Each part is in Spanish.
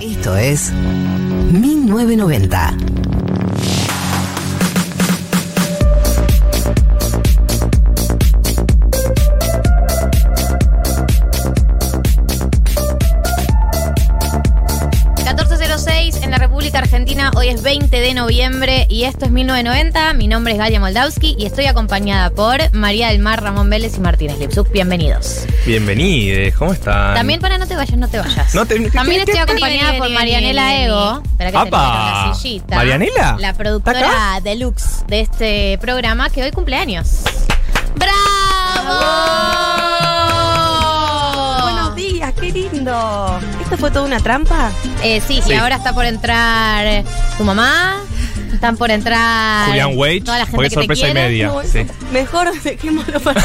Esto es 1990. En la República Argentina, hoy es 20 de noviembre y esto es 1990. Mi nombre es Galia Moldavsky y estoy acompañada por María del Mar, Ramón Vélez y Martínez Lipsuk. Bienvenidos. Bienvenidos, ¿cómo están? También para no te vayas. También estoy acompañada por Marianela Ego. Espera que te meto la sillita. ¿Marianela? La productora deluxe de este programa que hoy cumple años. ¡Bravo! ¡Qué lindo! ¿Esto fue toda una trampa? Sí, y ahora está por entrar tu mamá. Están por entrar Julián Wage, toda la gente porque que sorpresa te y quiere. media. No, Sí. Mejor dejémoslo para...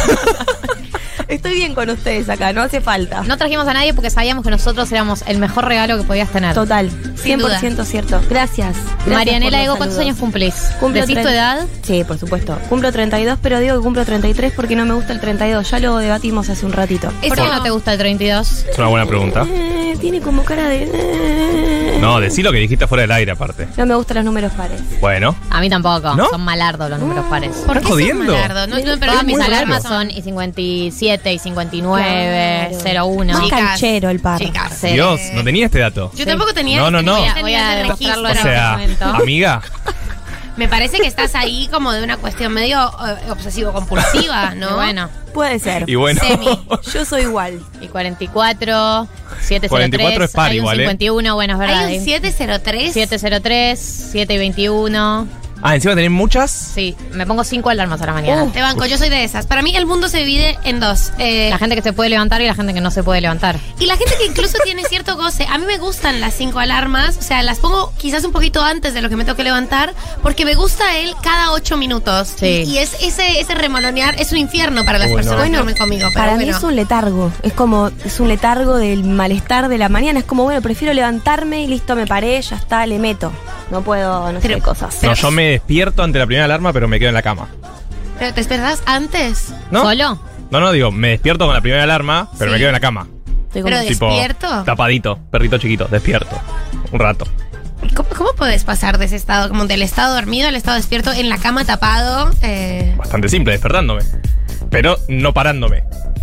Estoy bien con ustedes acá, no hace falta. No trajimos a nadie porque sabíamos que nosotros éramos el mejor regalo que podías tener. Total, Sin 100% cierto. Gracias. Marianela Ego, ¿cuántos años cumplís? ¿Decís tu edad? Sí, por supuesto. Cumplo 32, pero digo que cumplo 33 porque no me gusta el 32. Ya lo debatimos hace un ratito. ¿Por qué no te gusta el 32? Es una buena pregunta. Tiene como cara de... No, decí lo que dijiste fuera del aire aparte. No me gustan los números pares. Bueno. A mí tampoco. ¿No? Son malardos los números pares. ¿Por qué jodiendo? Todas mis muy alarmas raro. son y 57, y 59, Claro. 01. Más canchero el par. Chicas, Dios, no tenía este dato. Yo tampoco tenía. No. Voy a demostrarlo O en sea, este momento. amiga, Me parece que estás ahí como de una cuestión medio obsesivo-compulsiva, ¿no? Y bueno, Puede ser. y bueno. Yo soy igual. y 44, 703. 44 es par hay un igual, 51, bueno, es verdad. Hay un 703. 703, 7 y 21. Ah, encima tenés muchas. Sí, me pongo 5 alarmas a la mañana. Te banco, yo soy de esas. Para mí el mundo se divide en dos. La gente que se puede levantar y la gente que no se puede levantar. Y la gente que incluso tiene cierto goce. A mí me gustan las 5 alarmas. O sea, las pongo quizás un poquito antes de lo que me toque levantar. Porque me gusta él cada 8 minutos. Sí. Y es ese remolonear es un infierno para las personas que duermen conmigo. Pero Para mí bueno. es un letargo. Es un letargo del malestar de la mañana. Es como, bueno, prefiero levantarme y listo, me paré, ya está, le meto. No puedo, no sé qué cosas. No, yo me despierto ante la primera alarma, pero me quedo en la cama. ¿Pero te despertás antes? ¿No? ¿Solo? No, digo, me despierto con la primera alarma, pero Sí. me quedo en la cama. Estoy como- Pero Tipo, ¿despierto? tapadito, perrito chiquito, despierto. Un rato. ¿Cómo podés pasar de ese estado, como del estado dormido al estado despierto, en la cama tapado? Bastante simple, despertándome. Pero no parándome.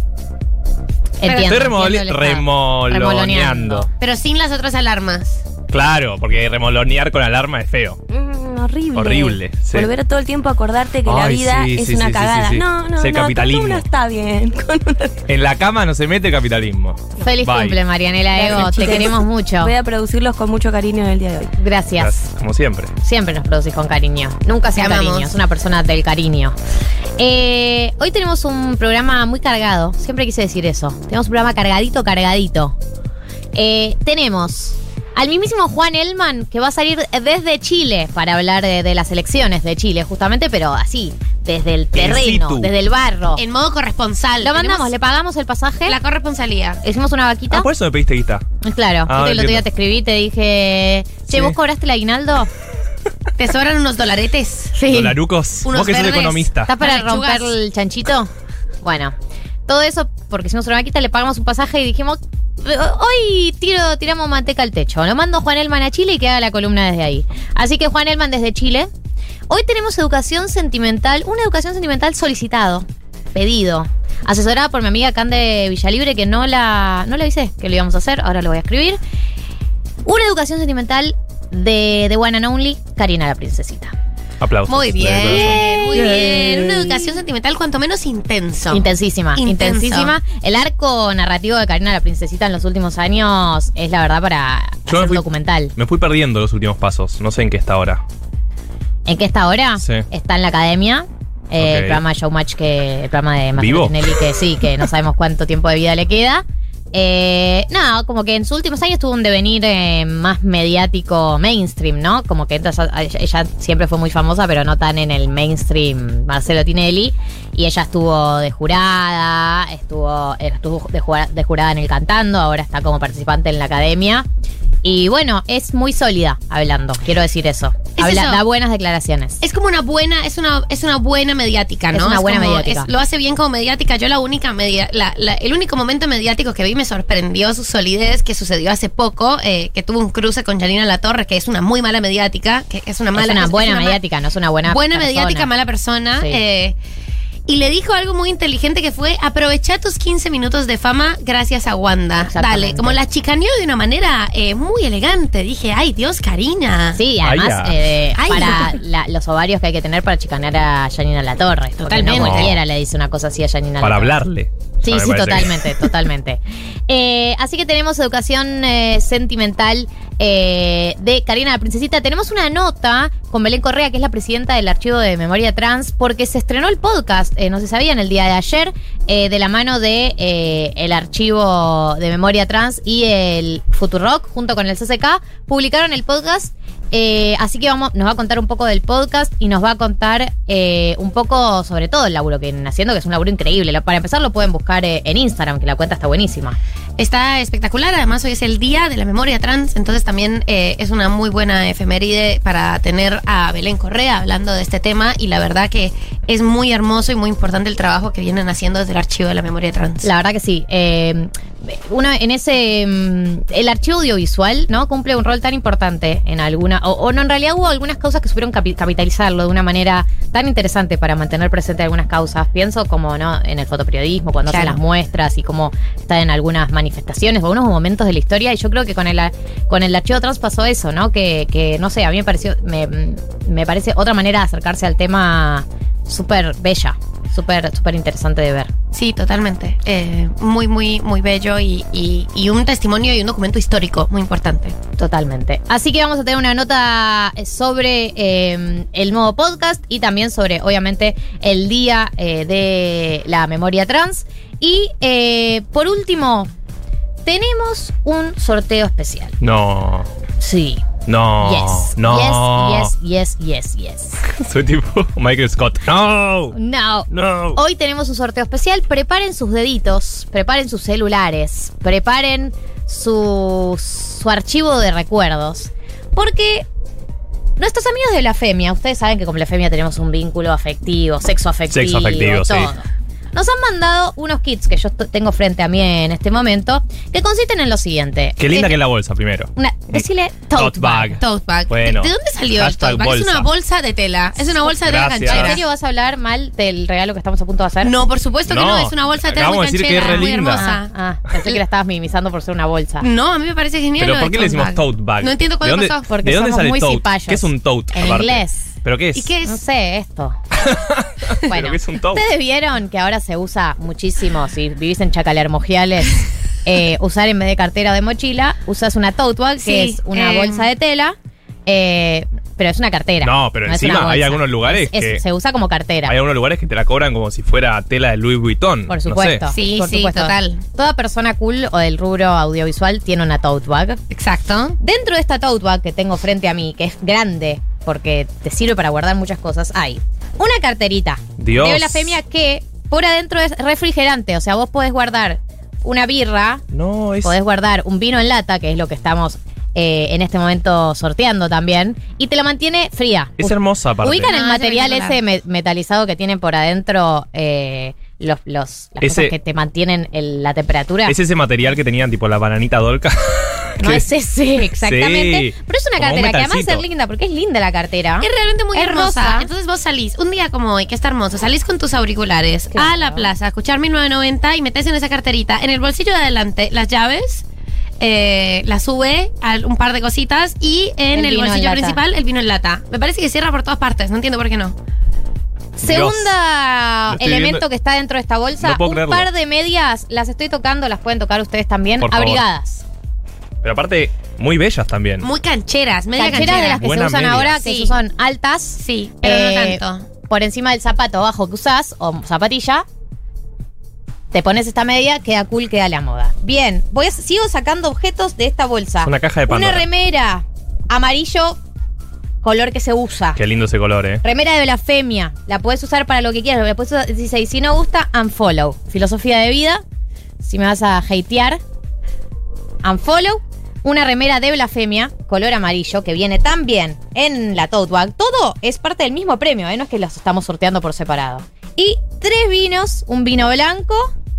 Entiendo. Estoy entiendo el estado. remoloneando. Pero sin las otras alarmas. Claro, porque remolonear con alarma es feo. Horrible. Horrible, sí. Volver todo el tiempo a acordarte que la Ay, vida sí, es sí, una sí, cagada. sí, sí. No, Es el no, capitalismo. uno está bien. Con una- En la cama no se mete el capitalismo. Feliz Bye. cumple, Marianela Ego. Gracias, Te chicos. queremos mucho. Voy a producirlos con mucho cariño en el día de hoy. Gracias. Como siempre. Siempre nos producís con cariño. Nunca sin Te amamos. cariño. Es una persona del cariño. Hoy tenemos un programa muy cargado. Siempre quise decir eso. Tenemos un programa cargadito. Tenemos al mismísimo Juan Elman, que va a salir desde Chile para hablar de las elecciones de Chile, justamente, pero así, desde el terreno, situ. desde el barro. En modo corresponsal. Lo mandamos, Tenemos le pagamos el pasaje, la corresponsalía. hicimos una vaquita. Ah, por eso me pediste guita. Claro, Ah, viste que el otro día entiendo. te escribí, te dije, che, Sí. ¿vos cobraste el aguinaldo? ¿Te sobran unos dolaretes? Sí. Dolarucos. Unos Vos que sos verdes. economista. ¿Estás para Las lechugas. romper el chanchito? Bueno, todo eso porque hicimos una vaquita, le pagamos un pasaje y dijimos, hoy tiramos manteca al techo. Lo mando a Juan Elman a Chile y que haga la columna desde ahí. Así que Juan Elman desde Chile. Hoy tenemos educación sentimental, una educación sentimental pedido, asesorada por mi amiga Cande Villalibre, que no la avisé que lo íbamos a hacer, ahora lo voy a escribir. Una educación sentimental de One and Only, Karina la Princesita. Aplausos. Muy De corazón. bien, muy bien. Una educación sentimental cuanto menos intenso. Intensísima, Intenso. intensísima. El arco narrativo de Karina la Princesita en los últimos años es la verdad para Yo hacer un documental. Me fui perdiendo los últimos pasos. No sé en qué está ahora. ¿En qué está ahora? Sí. Está en la academia. El Ok. programa Showmatch, el programa de Marcelo ¿Vivo? Tinelli, que sí, que no sabemos cuánto tiempo de vida le queda. No, como que en sus últimos años tuvo un devenir más mediático, mainstream, ¿no? Como que entonces, ella siempre fue muy famosa, pero no tan en el mainstream Marcelo Tinelli. Y ella estuvo de jurada, estuvo de jurada en el Cantando, ahora está como participante en la academia. Y bueno, es muy sólida hablando, quiero decir eso. Es eso. Da buenas declaraciones. Es como una buena mediática, ¿no? Es una buena como- mediática. lo hace bien como mediática. Yo el único momento mediático que vi me sorprendió su solidez, que sucedió hace poco, que tuvo un cruce con Janina Latorre, que es una muy mala mediática, que es una mala... es una buena es una mediática, no es una buena buena persona. mediática, mala persona. Sí. Y le dijo algo muy inteligente que fue: aprovecha tus 15 minutos de fama gracias a Wanda. Exactamente. Dale, como la chicaneó de una manera muy elegante. Dije, ay Dios, Karina. Sí, además, Ay. para los ovarios que hay que tener para chicanear a Janina Latorre. Porque Totalmente. no cualquiera le dice una cosa así a Janina Para Latorre. hablarle. Sí, Ya me sí, parece. totalmente. Así que tenemos educación sentimental de Karina la Princesita. Tenemos una nota con Belén Correa, que es la presidenta del Archivo de Memoria Trans, porque se estrenó el podcast, no se sabía, en el día de ayer, de la mano de el Archivo de Memoria Trans y el Futurock, junto con el CCK, publicaron el podcast. Así que nos va a contar un poco del podcast y nos va a contar un poco sobre todo el laburo que vienen haciendo, que es un laburo increíble. Para empezar lo pueden buscar en Instagram, que la cuenta está buenísima. Está espectacular, además hoy es el día de la memoria trans, entonces también es una muy buena efeméride para tener a Belén Correa hablando de este tema, y la verdad que es muy hermoso y muy importante el trabajo que vienen haciendo desde el Archivo de la Memoria Trans. La verdad que sí. El archivo audiovisual, ¿no? Cumple un rol tan importante en alguna, o no, en realidad hubo algunas causas que supieron capitalizarlo de una manera tan interesante para mantener presente algunas causas. Pienso como, ¿no? En el fotoperiodismo, cuando Claro. hacen las muestras y cómo están en algunas manifestaciones o algunos momentos de la historia. Y yo creo que con el archivo trans pasó eso, ¿no? Que no sé, a mí me parece otra manera de acercarse al tema súper bella, súper interesante de ver. Sí, totalmente. Muy, muy, muy bello y un testimonio y un documento histórico muy importante. Totalmente. Así que vamos a tener una nota sobre el nuevo podcast y también sobre, obviamente, el día de la memoria trans. Y por último, tenemos un sorteo especial. No. Sí. No. Yes. No. Yes. Soy tipo Michael Scott. No. No. No. Hoy tenemos un sorteo especial. Preparen sus deditos, preparen sus celulares, preparen su archivo de recuerdos. Porque nuestros amigos de Blasfemia, ustedes saben que con Blasfemia tenemos un vínculo afectivo, sexo afectivo, Sexo-afectivo, sí. todo. Nos han mandado unos kits que yo tengo frente a mí en este momento, que consisten en lo siguiente. Qué linda que es la bolsa, primero. Decile Tote bag. Tote bag. Bueno. ¿De dónde salió el Hashtag tote bag? Es bolsa. una bolsa de tela. Es una bolsa de tela Gracias. ¿En canchera. serio vas a hablar mal del regalo que estamos a punto de hacer? No, por supuesto que no. No. Es una bolsa de tela muy Acabamos de decir que canchera, es re muy linda. hermosa. Pensé que la estabas minimizando por ser una bolsa. No, a mí me parece genial. Pero lo ¿por de qué le decimos tote bag? No entiendo ¿De cuándo dónde, pasó. Porque ¿de dónde somos sale muy tote? cipayos. ¿Qué es un tote? En aparte? inglés. ¿Pero qué es? ¿Y qué es? No sé, esto. ¿Pero Bueno, qué es un tote? ustedes vieron que ahora se usa muchísimo, si vivís en Chacalermogiales, usar en vez de cartera o de mochila, usas una tote bag, Sí, que es una bolsa de tela, pero es una cartera. No, pero es encima una bolsa. hay algunos lugares que- se usa como cartera. Hay algunos lugares que te la cobran como si fuera tela de Louis Vuitton. Por No sé. supuesto. Sí, por sí, supuesto. total. Toda persona cool o del rubro audiovisual tiene una tote bag. Exacto. Dentro de esta tote bag que tengo frente a mí, que es grande, porque te sirve para guardar muchas cosas, hay una carterita Dios. de Blasfemia que por adentro es refrigerante. O sea, vos podés guardar una birra, No, es. podés guardar un vino en lata, que es lo que estamos en este momento sorteando también, y te la mantiene fría. Es hermosa, aparte. Ubican el Ah, material espectacular. ese metalizado que tienen por adentro las cosas que te mantienen la temperatura. Es ese material que tenían tipo la bananita Dolca. No que- es ese, exactamente. Sí, pero es una como un cartera que además metalcito. es linda, porque es linda la cartera. Es realmente muy Es hermosa. rosa. Entonces vos salís un día como hoy, que está hermoso, salís con tus auriculares Claro. a la plaza a escuchar 1990 y metés en esa carterita, en el bolsillo de adelante, las llaves, las sube un par de cositas y en El el vino en bolsillo lata. principal el vino en lata. Me parece que cierra por todas partes, no entiendo por qué no. Segunda Lo estoy elemento viendo. que está dentro de esta bolsa, No puedo un creerlo. par de medias, las estoy tocando, las pueden tocar ustedes también, Por favor. abrigadas. Pero aparte, muy bellas también. Muy cancheras, media Cancheras de las que Buena se usan media. ahora, que Sí. son altas. Sí, pero no tanto. Por encima del zapato bajo que usás, o zapatilla, te pones esta media, queda cool, queda la moda. Bien, sigo sacando objetos de esta bolsa. Es una caja de Una Pandora. remera amarillo, color que se usa. Qué lindo ese color, Remera de Blasfemia, la puedes usar para lo que quieras. La puedes usar, dice, y si no gusta, unfollow. Filosofía de vida, si me vas a hatear, unfollow. una remera de blasfemia, color amarillo, que viene también en la tote bag. Todo es parte del mismo premio, no es que los estamos sorteando por separado. Y 3 vinos, un vino blanco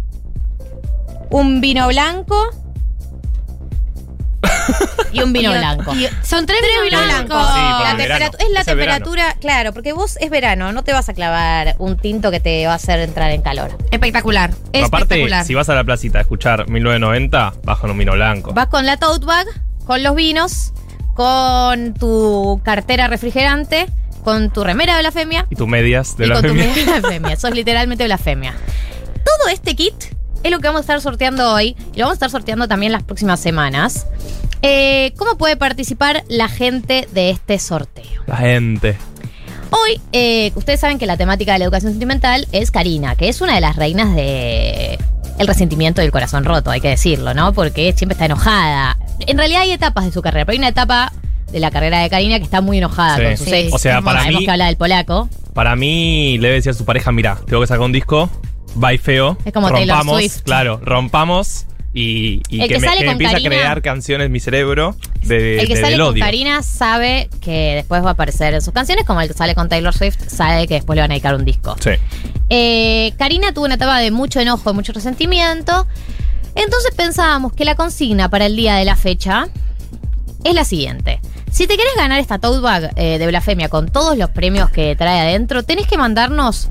y un vino blanco. Son 3 vinos blancos. Sí, La porque verano. es la Es temperatura, claro, porque vos es verano, no te vas a clavar un tinto que te va a hacer entrar en calor. Espectacular. Aparte, Espectacular. si vas a la placita a escuchar 1990, vas con un vino blanco. Vas con la tote bag, con los vinos, con tu cartera refrigerante, con tu remera de blasfemia Y tus medias de y la con tu femia. media de blasfemia. Sos literalmente blasfemia. Todo este kit es lo que vamos a estar sorteando hoy y lo vamos a estar sorteando también las próximas semanas. ¿Cómo puede participar la gente de este sorteo? La gente. Hoy, ustedes saben que la temática de la educación sentimental es Karina, que es una de las reinas de el resentimiento y el corazón roto, hay que decirlo, ¿no? Porque siempre está enojada. En realidad hay etapas de su carrera, pero hay una etapa de la carrera de Karina que está muy enojada Sí. con sus ex. O sea, para Sabemos mí- que habla del polaco. Para mí, le debe decir a su pareja, mira, tengo que sacar un disco, va y feo. Es como Taylor rompamos, Swift. claro, rompamos y El que que sale me con empiece Karina- a crear canciones en mi cerebro El que sale del con odio. Karina sabe que después va a aparecer en sus canciones, como el que sale con Taylor Swift sabe que después le van a dedicar un disco. Sí. Karina tuvo una etapa de mucho enojo, de mucho resentimiento. Entonces pensábamos que la consigna para el día de la fecha es la siguiente. Si te querés ganar esta tote bag de blasfemia con todos los premios que trae adentro, tenés que mandarnos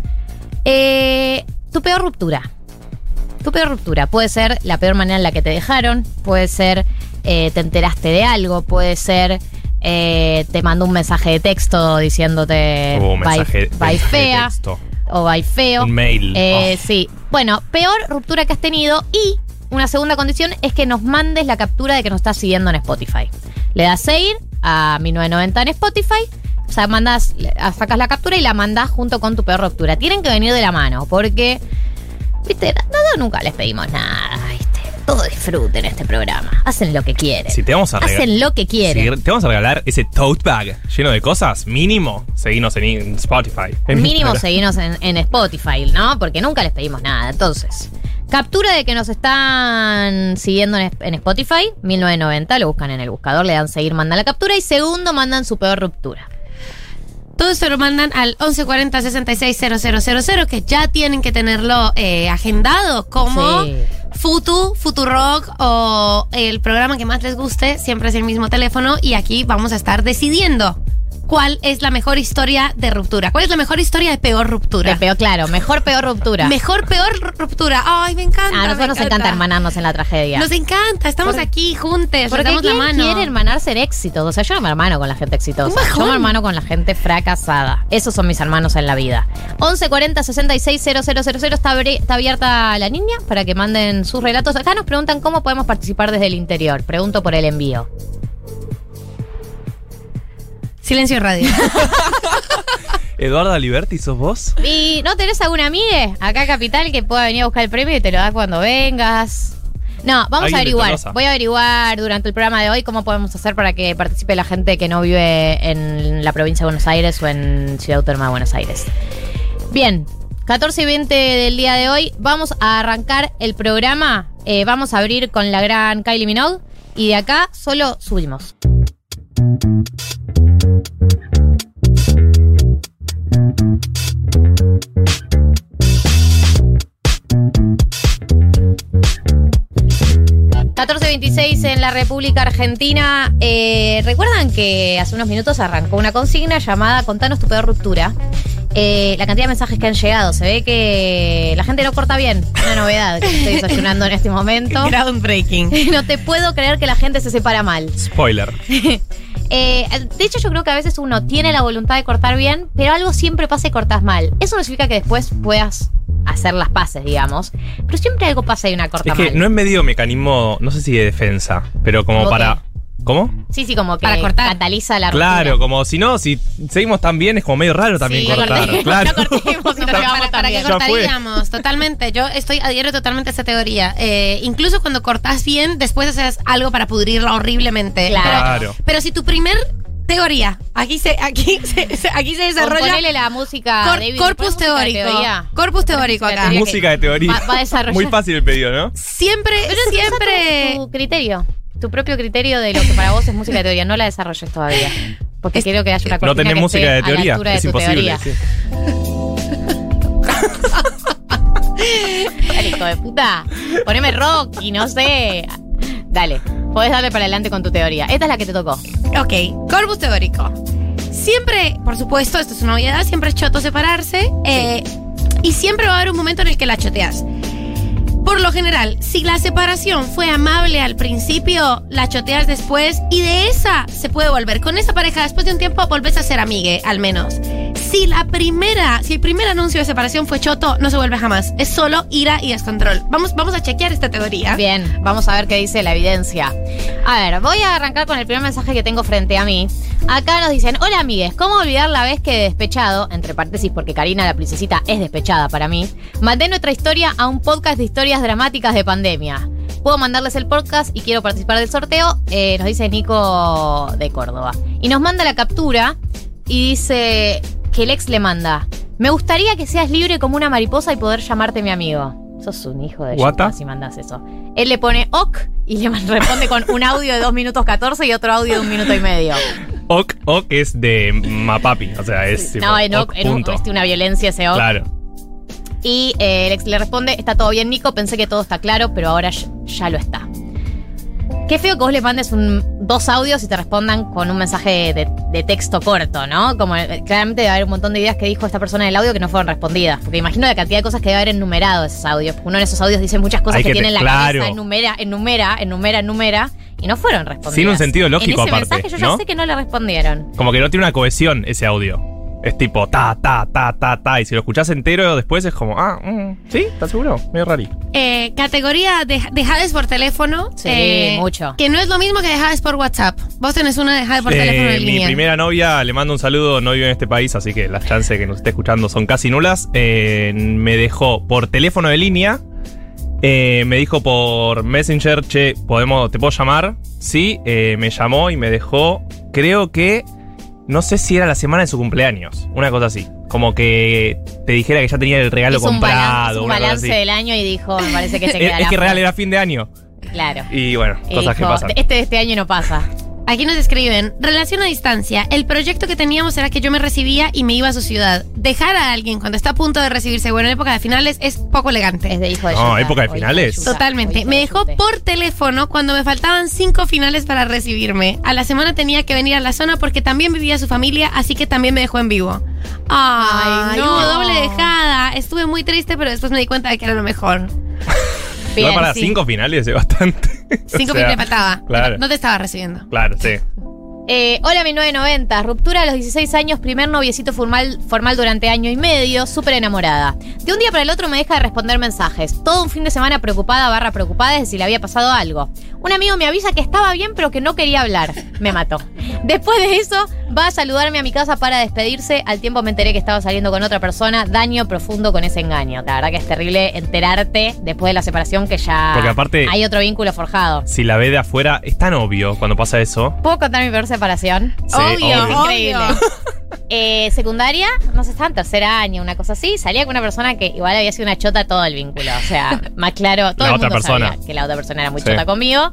tu peor ruptura. Tu peor ruptura. Puede ser la peor manera en la que te dejaron, puede ser te enteraste de algo, puede ser te mandó un mensaje de texto diciéndote Un mensaje bye de fea texto. o bye feo. Un mail. Sí. Bueno, peor ruptura que has tenido y una segunda condición es que nos mandes la captura de que nos estás siguiendo en Spotify. Le das seguir a 1990 en Spotify, o sea, sacas la captura y la mandás junto con tu peor ruptura. Tienen que venir de la mano, porque, viste, nada, nunca les pedimos nada, viste. Todo disfruten este programa. Hacen lo que quieren. Si te vamos a regalar. Hacen lo que quieren. Si te vamos a regalar ese tote bag lleno de cosas, mínimo, seguinos en Spotify. Mínimo seguirnos en Spotify, ¿no? Porque nunca les pedimos nada. Entonces, captura de que nos están siguiendo en Spotify, 1990, lo buscan en el buscador, le dan seguir, mandan la captura y segundo, mandan su peor ruptura. Todo eso lo mandan al 1140 660000, que ya tienen que tenerlo agendado como Sí. Futurock o el programa que más les guste, siempre es el mismo teléfono y aquí vamos a estar decidiendo cuál es la mejor historia de ruptura. ¿Cuál es la mejor historia de peor ruptura? De peor, claro, mejor peor ruptura. Mejor peor ruptura. Ay, me encanta. A nosotros nos encanta hermanarnos en la tragedia. Nos encanta, estamos aquí juntos, nos Porque damos la ¿quién mano. quiere hermanarse en éxitos? O sea, yo no me hermano con la gente exitosa. Un bajón. Yo me hermano con la gente fracasada. Esos son mis hermanos en la vida. 1140 660000 está abierta la línea para que manden sus relatos. Acá nos preguntan cómo podemos participar desde el interior. Pregunto por el envío. Silencio radio. Eduardo Aliberti, ¿sos vos? ¿Y no tenés alguna amiga acá Capital que pueda venir a buscar el premio y te lo da cuando vengas? No, vamos Alguien a de averiguar. Tolosa. Voy a averiguar durante el programa de hoy cómo podemos hacer para que participe la gente que no vive en la provincia de Buenos Aires o en Ciudad Autónoma de Buenos Aires. Bien, 14:20 del día de hoy. Vamos a arrancar el programa. Vamos a abrir con la gran Kylie Minogue y de acá solo subimos. ...14:26 en la República Argentina. ¿Recuerdan que hace unos minutos arrancó una consigna llamada Contanos tu peor ruptura? La cantidad de mensajes que han llegado. Se ve que la gente no corta bien. Una novedad que estoy desayunando en este momento. Groundbreaking. No te puedo creer que la gente se separa mal. Spoiler. De hecho, yo creo que a veces uno tiene la voluntad de cortar bien, pero algo siempre pasa y cortas mal. Eso no significa que después puedas hacer las paces, digamos. Pero siempre algo pasa y una corta Es que mal. no es medio mecanismo, no sé si de defensa, pero como ¿Cómo para. ¿Cómo? Sí, como que Para cortar. cataliza la ruptura. Claro, como si no, si seguimos tan bien, es como medio raro también Sí, cortar. cortemos, Claro. no cortemos y nos Ya- llevamos ¿Para qué también. Ya fue. cortaríamos? Totalmente. Yo adhiero totalmente a esa teoría. Incluso cuando cortás bien, después haces algo para pudrirla horriblemente. Claro. Pero si tu primer teoría, aquí se desarrolla Ponele la música. David, corpus ¿pones música de teórico. teoría? Corpus teórico Música acá. de Música de teoría. Va a desarrollar. Muy fácil el pedido, ¿no? Siempre, Pero siempre. tu criterio. tu propio criterio de lo que para vos es música de teoría. No la desarrolles todavía. Porque quiero que haya una cortina No tenés que música esté de teoría. a la altura de Es tu imposible. teoría. Sí. Dale, hijo de puta. Poneme rock y no sé. Dale, podés darle para adelante con tu teoría. Esta es la que te tocó. Ok, corpus teórico. Siempre, por supuesto, esto es una obviedad, siempre es choto separarse. Y siempre va a haber un momento en el que la choteas. Por lo general, si la separación fue amable al principio, la choteas después y de esa se puede volver. Con esa pareja, después de un tiempo, volvés a ser amigue, al menos. Si el primer anuncio de separación fue choto, no se vuelve jamás. Es solo ira y descontrol. Vamos a chequear esta teoría. Bien, vamos a ver qué dice la evidencia. A ver, voy a arrancar con el primer mensaje que tengo frente a mí. Acá nos dicen, hola amigues, ¿cómo olvidar la vez que despechado, entre paréntesis porque Karina la princesita es despechada para mí, mandé nuestra historia a un podcast de historias dramáticas de pandemia? Puedo mandarles el podcast y quiero participar del sorteo, nos dice Nico de Córdoba. Y nos manda la captura y dice que el ex le manda, me gustaría que seas libre como una mariposa y poder llamarte mi amigo. Sos un hijo de Guata. yuta si mandás eso. Él le pone ok y le responde con un audio de 2 minutos 14 y otro audio de 1 minuto y medio. Ok es de Mapapi. O sea, es tipo, No, en ok, ok, punto. es una violencia ese ok. Claro. Y el ex le responde, está todo bien Nico, pensé que todo está claro, pero ahora ya lo está. Qué feo que vos le mandes 2 audios y te respondan con un mensaje de texto corto, ¿no? Como claramente debe haber un montón de ideas que dijo esta persona en el audio que no fueron respondidas. Porque imagino la cantidad de cosas que debe haber enumerado esos audios. Uno en esos audios dice muchas cosas Hay que que tiene en la claro. cabeza, enumera, y no fueron respondidas. Sin un sentido lógico, en ese aparte, mensaje yo ya ¿no? sé que no le respondieron. Como que no tiene una cohesión ese audio. Es tipo ta. Y si lo escuchás entero después es como, ¿sí? ¿Estás seguro? Medio rari. Categoría dejades por teléfono. Sí, mucho. Que no es lo mismo que dejades por WhatsApp. Vos tenés una dejada por teléfono en Mi línea. primera novia, le mando un saludo, no vive en este país, así que las chances de que nos esté escuchando son casi nulas. Me dejó por teléfono de línea. Me dijo por Messenger, che, ¿te puedo llamar? Sí, me llamó y me dejó, creo que, no sé si era la semana de su cumpleaños, una cosa así. Como que te dijera que ya tenía el regalo Hizo comprado. un una cosa balance así. del año y dijo, me parece que se quedará. Es que real fuera. era fin de año. Claro. Y bueno, Y cosas que dijo, pasan. Este año no pasa. Aquí nos escriben, relación a distancia. El proyecto que teníamos era que yo me recibía y me iba a su ciudad. Dejar a alguien cuando está a punto de recibirse, bueno, en época de finales, es poco elegante. Es de hijo de No, yuta, época de o hijo finales. yuta, o Totalmente. hijo Me de dejó yute. por teléfono cuando me faltaban 5 finales para recibirme. A la semana tenía que venir a la zona porque también vivía su familia, así que también me dejó en vivo. Ay, no, no. doble dejada. Estuve muy triste, pero después me di cuenta de que era lo mejor. Bien, Igual para sí. 5 finales es bastante. 5 O sea, finales faltaba. Claro. No te estaba recibiendo. Claro, sí. Hola 1990, ruptura a los 16 años, primer noviecito formal durante año y medio, súper enamorada. De un día para el otro me deja de responder mensajes. Todo un fin de semana preocupada de si le había pasado algo. Un amigo me avisa que estaba bien pero que no quería hablar. Me mató. Después de eso, va a saludarme a mi casa para despedirse. Al tiempo me enteré que estaba saliendo con otra persona. Daño profundo con ese engaño. La verdad que es terrible enterarte después de la separación que ya Porque aparte- hay otro vínculo forjado. Si la ve de afuera, es tan obvio cuando pasa eso. ¿Puedo contar mi peor separación? Sí, Obvio, obvio. Increíble. Secundaria, no sé, estaba en tercer año, una cosa así. Salía con una persona que igual había sido una chota todo el vínculo. O sea, más claro, todo La el otra mundo persona. sabía que la otra persona era muy Sí. chota conmigo.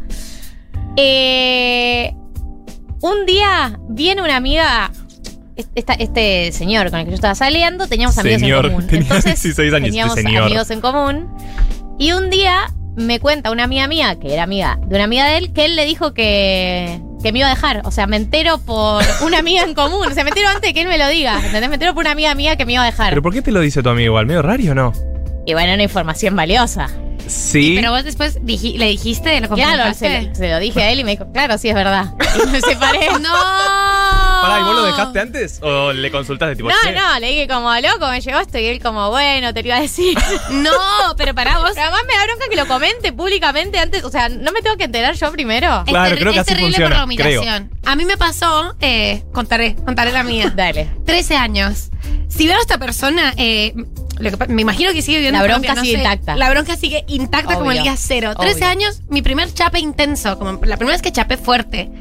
Un día viene una amiga, este señor con el que yo estaba saliendo, teníamos amigos Señor, en común. tenía Entonces, 16 años, teníamos este señor. amigos en común. Y un día me cuenta una amiga mía, que era amiga de una amiga de él, que él le dijo que me iba a dejar. O sea, me entero por una amiga en común. O sea, me entero antes de que él me lo diga. ¿Entendés? Me entero por una amiga mía que me iba a dejar. ¿Pero por qué te lo dice tu amigo igual? ¿Medio raro o no? Y bueno, una información valiosa. Sí. Pero vos después le dijiste, lo Claro, confrontaste. se lo dije a él y me dijo, claro, sí es verdad. Y me separé. ¡No! Pará, ¿y vos lo dejaste antes? ¿O le consultaste tipo, che? No, le dije como, loco, me llegó esto. Y él como, bueno, te lo iba a decir. No, pero pará vos. Pero además me da bronca que lo comente públicamente antes. O sea, ¿no me tengo que enterar yo primero? Claro, creo que es así terrible funciona, por la humillación. A mí me pasó, contaré la mía. Dale. 13 años. Si veo a esta persona, me imagino que sigue viviendo La en bronca Colombia, sigue intacta. La bronca sigue intacta como el Obvio. día cero. 13 Obvio. años, mi primer chape intenso, como la primera vez que chapé fuerte.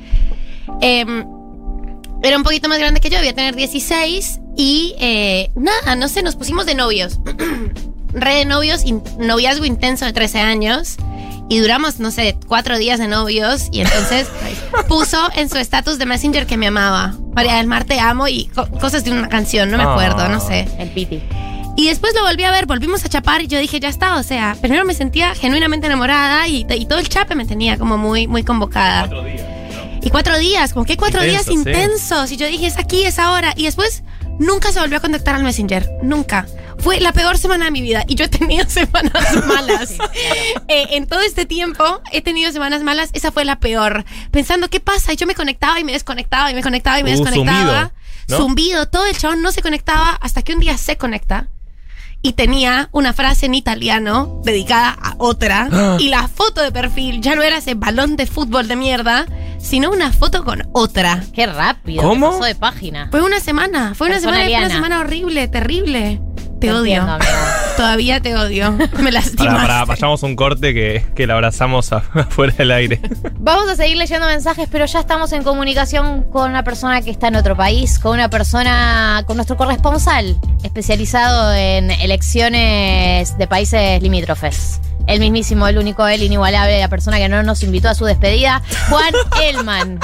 Era un poquito más grande que yo, debía tener 16 y nada, no sé, nos pusimos de novios. Re de novios, noviazgo intenso de 13 años. Y duramos, no sé, 4 días de novios. Y entonces puso en su estatus de Messenger que me amaba. María del Mar, te amo. Y cosas de una canción, no me acuerdo, no sé. El piti. Y después lo volví a ver, volvimos a chapar. Y yo dije, ya está, o sea, primero me sentía genuinamente enamorada. Y todo el chape me tenía como muy, muy convocada. 4 días. Y 4 días, como que 4 días Intensos, sí. intensos. Y yo dije, es aquí, es ahora. Y después nunca se volvió a contactar al Messenger. Nunca. Fue la peor semana de mi vida. Y yo he tenido semanas malas. En todo este tiempo he tenido semanas malas. Esa fue la peor. Pensando, ¿qué pasa? Y yo me conectaba y me desconectaba y me conectaba y me desconectaba. Zumbido, ¿no? Zumbido. Todo el chabón no se conectaba hasta que un día se conecta. Y tenía una frase en italiano dedicada a otra. Y la foto de perfil ya no era ese balón de fútbol de mierda, sino una foto con otra. Qué rápido. ¿Cómo? que pasó de página. Fue una semana. Fue una Persona semana horrible, terrible. Te odio. Entiendo, amiga. Todavía te odio. Me lastimaste. Para, vayamos a un corte que la abrazamos afuera del aire. Vamos a seguir leyendo mensajes, pero ya estamos en comunicación con una persona que está en otro país, con nuestro corresponsal especializado en elecciones de países limítrofes. El mismísimo, el único, el inigualable, la persona que no nos invitó a su despedida, Juan Elman.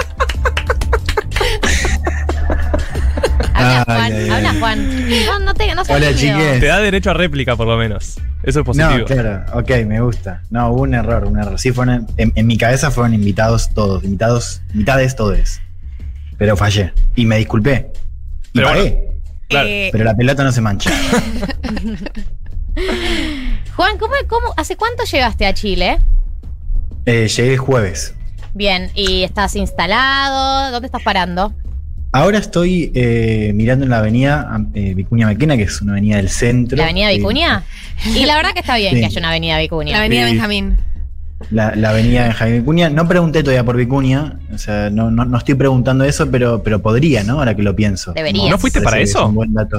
Habla, Juan. Ay. Habla, Juan. No seas Hola, tímido. chiques. Te da derecho a réplica, por lo menos. Eso es positivo. No, claro, ok, me gusta. No, hubo un error. Sí, en mi cabeza fueron invitados todos, mitades todos. Pero fallé. Y me disculpé. Y Pero pagué. Claro. Pero la pelota no se mancha. Juan, ¿hace cuánto llegaste a Chile? Llegué el jueves. Bien, ¿y estás instalado? ¿Dónde estás parando? Ahora estoy mirando en la avenida Vicuña Maquena, que es una avenida del centro. ¿La avenida Vicuña? Y la verdad que está bien Sí. que haya una avenida Vicuña. La avenida Sí. Benjamín. La avenida Benjamín Vicuña. No pregunté todavía por Vicuña. O sea, no estoy preguntando eso, pero podría, ¿no? Ahora que lo pienso. Deberías. ¿No fuiste para Parece que eso? es un buen dato.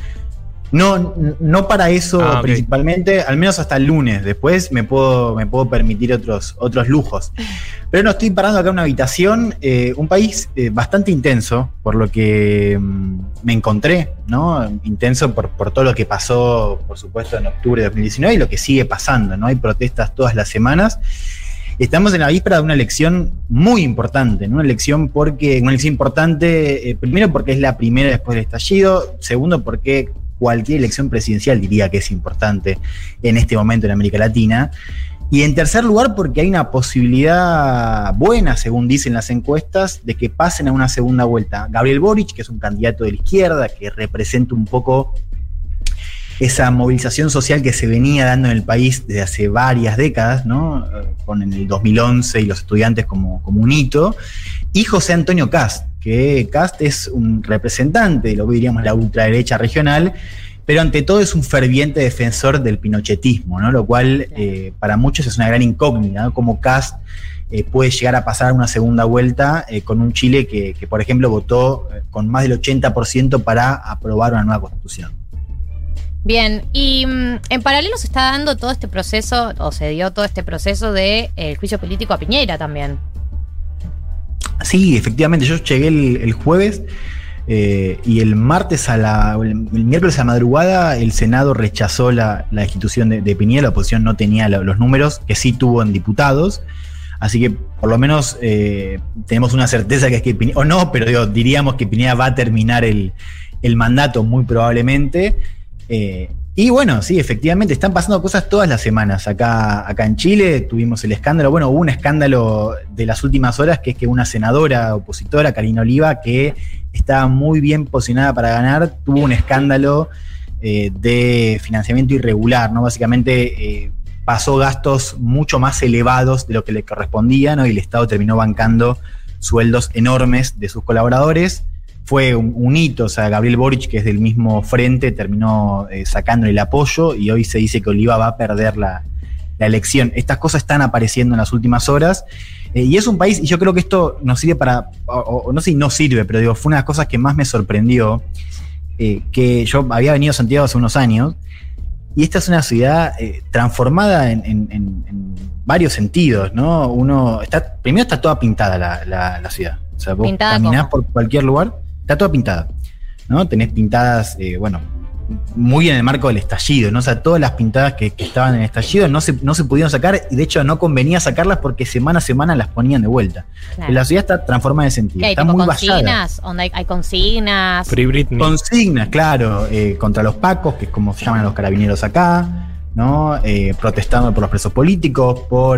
No para eso Ah, ok. principalmente, al menos hasta el lunes. Después me puedo permitir otros lujos. Pero no, estoy parando acá en una habitación, un país bastante intenso, por lo que me encontré, ¿no? Intenso por todo lo que pasó, por supuesto, en octubre de 2019 y lo que sigue pasando, ¿no? Hay protestas todas las semanas. Estamos en la víspera de una elección muy importante, ¿no? Una elección importante, primero porque es la primera después del estallido, segundo porque cualquier elección presidencial diría que es importante en este momento en América Latina. Y en tercer lugar, porque hay una posibilidad buena, según dicen las encuestas, de que pasen a una segunda vuelta. Gabriel Boric, que es un candidato de la izquierda, que representa un poco esa movilización social que se venía dando en el país desde hace varias décadas, ¿no? Con el 2011 y los estudiantes como un hito. Y José Antonio Kast, que Kast es un representante de lo que diríamos la ultraderecha regional, pero ante todo es un ferviente defensor del pinochetismo, ¿no? Lo cual para muchos es una gran incógnita, ¿no? Cómo Kast puede llegar a pasar una segunda vuelta con un Chile que, por ejemplo, votó con más del 80% para aprobar una nueva constitución. Bien, y en paralelo se está dando todo este proceso, o se dio todo este proceso de el juicio político a Piñera también. Sí, efectivamente, yo llegué el jueves y el martes el miércoles a la madrugada el Senado rechazó la destitución de Piñera. La oposición no tenía los números que sí tuvo en diputados, así que por lo menos tenemos una certeza que es que Piñera, o no, pero diríamos que Piñera va a terminar el mandato muy probablemente. Y bueno, sí, efectivamente, están pasando cosas todas las semanas. Acá en Chile tuvimos el escándalo, hubo un escándalo de las últimas horas, que es que una senadora opositora, Karina Oliva, que estaba muy bien posicionada para ganar, tuvo un escándalo de financiamiento irregular, ¿no? Básicamente pasó gastos mucho más elevados de lo que le correspondía, ¿no? Y el Estado terminó bancando sueldos enormes de sus colaboradores. Fue un hito, o sea, Gabriel Boric, que es del mismo frente, terminó sacándole el apoyo y hoy se dice que Oliva va a perder la elección. Estas cosas están apareciendo en las últimas horas y es un país, y yo creo que esto nos sirve o no sé si no sirve, pero digo, fue una de las cosas que más me sorprendió, que yo había venido a Santiago hace unos años y esta es una ciudad transformada en varios sentidos, ¿no? Primero está toda pintada la ciudad, o sea, vos ¿Pintada caminás cómo? por cualquier lugar, está toda pintada, ¿no? Tenés pintadas, muy en el marco del estallido, ¿no? O sea, todas las pintadas que estaban en el estallido no se pudieron sacar, y de hecho no convenía sacarlas porque semana a semana las ponían de vuelta. Claro. La ciudad está transformada en ese sentido. ¿Qué hay, Está tipo muy consignas? vallada. ¿Donde hay consignas? Free Britney. Consignas, claro, contra los pacos, que es como se llaman a los carabineros acá, ¿no? Protestando por los presos políticos, por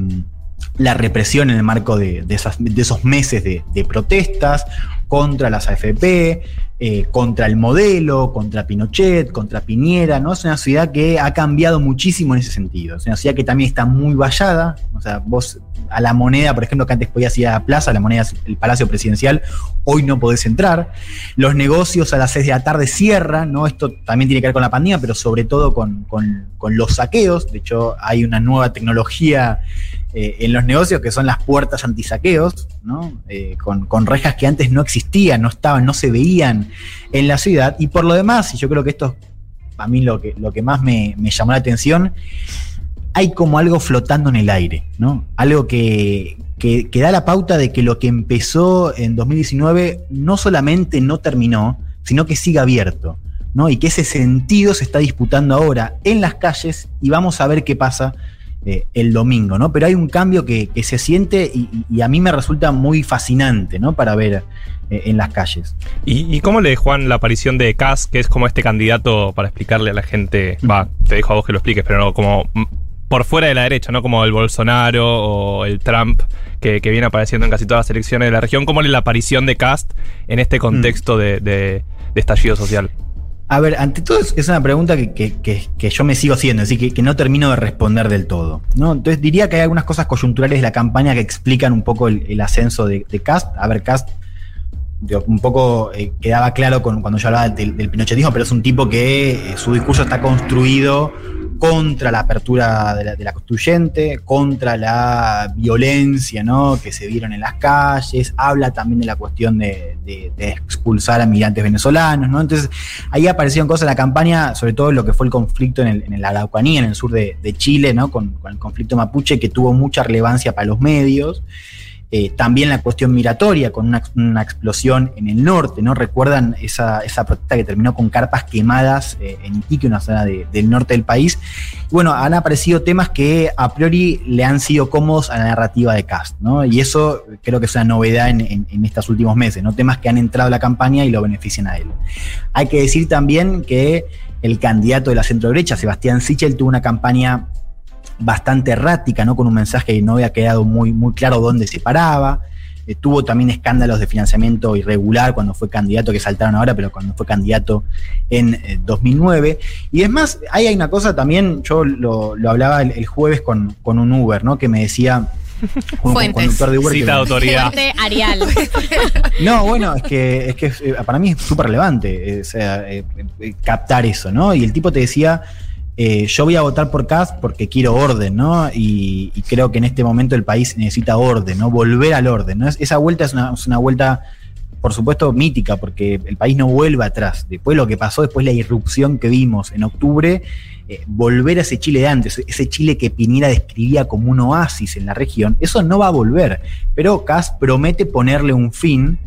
la represión en el marco de esos meses de protestas, contra las AFP, contra el modelo, contra Pinochet, contra Piñera, ¿no? Es una ciudad que ha cambiado muchísimo en ese sentido. Es una ciudad que también está muy vallada. O sea, vos a La Moneda, por ejemplo, que antes podías ir a la plaza, La Moneda es el Palacio Presidencial, hoy no podés entrar. Los negocios a las 6 de la tarde cierran, ¿no? Esto también tiene que ver con la pandemia, pero sobre todo con los saqueos. De hecho, hay una nueva tecnología en los negocios que son las puertas antisaqueos, ¿no? Con rejas que antes no existían, no estaban, no se veían en la ciudad. Y por lo demás, y yo creo que esto a mí lo que más me llamó la atención, hay como algo flotando en el aire, ¿no? Algo que da la pauta de que lo que empezó en 2019 no solamente no terminó, sino que sigue abierto, ¿no? Y que ese sentido se está disputando ahora en las calles, y vamos a ver qué pasa el domingo, ¿no? Pero hay un cambio que se siente y a mí me resulta muy fascinante, ¿no? Para ver en las calles. ¿Y cómo le, Juan, la aparición de Kast, que es como este candidato, para explicarle a la gente, te dejo a vos que lo expliques, pero no como por fuera de la derecha, no como el Bolsonaro o el Trump, que viene apareciendo en casi todas las elecciones de la región? ¿Cómo le la aparición de Kast en este contexto de estallido social? A ver, ante todo es una pregunta que yo me sigo haciendo, es decir, que no termino de responder del todo, ¿no? Entonces diría que hay algunas cosas coyunturales de la campaña que explican un poco el ascenso de Kast. A ver, Kast un poco quedaba claro cuando yo hablaba del pinochetismo, pero es un tipo que su discurso está construido contra la apertura de la constituyente, contra la violencia, ¿no? Que se vieron en las calles. Habla también de la cuestión de expulsar a migrantes venezolanos, ¿no? Entonces ahí aparecieron cosas en la campaña, sobre todo lo que fue el conflicto en la Araucanía, en el sur de Chile, ¿no? Con el conflicto mapuche, que tuvo mucha relevancia para los medios. También la cuestión migratoria, con una explosión en el norte, ¿no? ¿Recuerdan esa protesta que terminó con carpas quemadas en Iquique, una zona del norte del país? Y bueno, han aparecido temas que a priori le han sido cómodos a la narrativa de Kast, ¿no? Y eso creo que es una novedad en estos últimos meses, ¿no? Temas que han entrado a la campaña y lo benefician a él. Hay que decir también que el candidato de la centro-derecha, Sebastián Sichel, tuvo una campaña bastante errática, ¿no? Con un mensaje que no había quedado muy, muy claro dónde se paraba. Tuvo también escándalos de financiamiento irregular cuando fue candidato, que saltaron ahora, pero cuando fue candidato en 2009. Y es más, ahí hay una cosa también, yo lo hablaba el jueves con un Uber, ¿no? Que me decía, un conductor de Uber, cita de autoridad. Fuente Arial. No, bueno, es que para mí es súper relevante captar eso, ¿no? Y el tipo te decía, yo voy a votar por Kast porque quiero orden, ¿no? Y creo que en este momento el país necesita orden, ¿no? Volver al orden, ¿no? Esa vuelta es una vuelta, por supuesto, mítica, porque el país no vuelve atrás. Después lo que pasó, después la irrupción que vimos en octubre, volver a ese Chile de antes, ese Chile que Piñera describía como un oasis en la región, eso no va a volver. Pero Kast promete ponerle un fin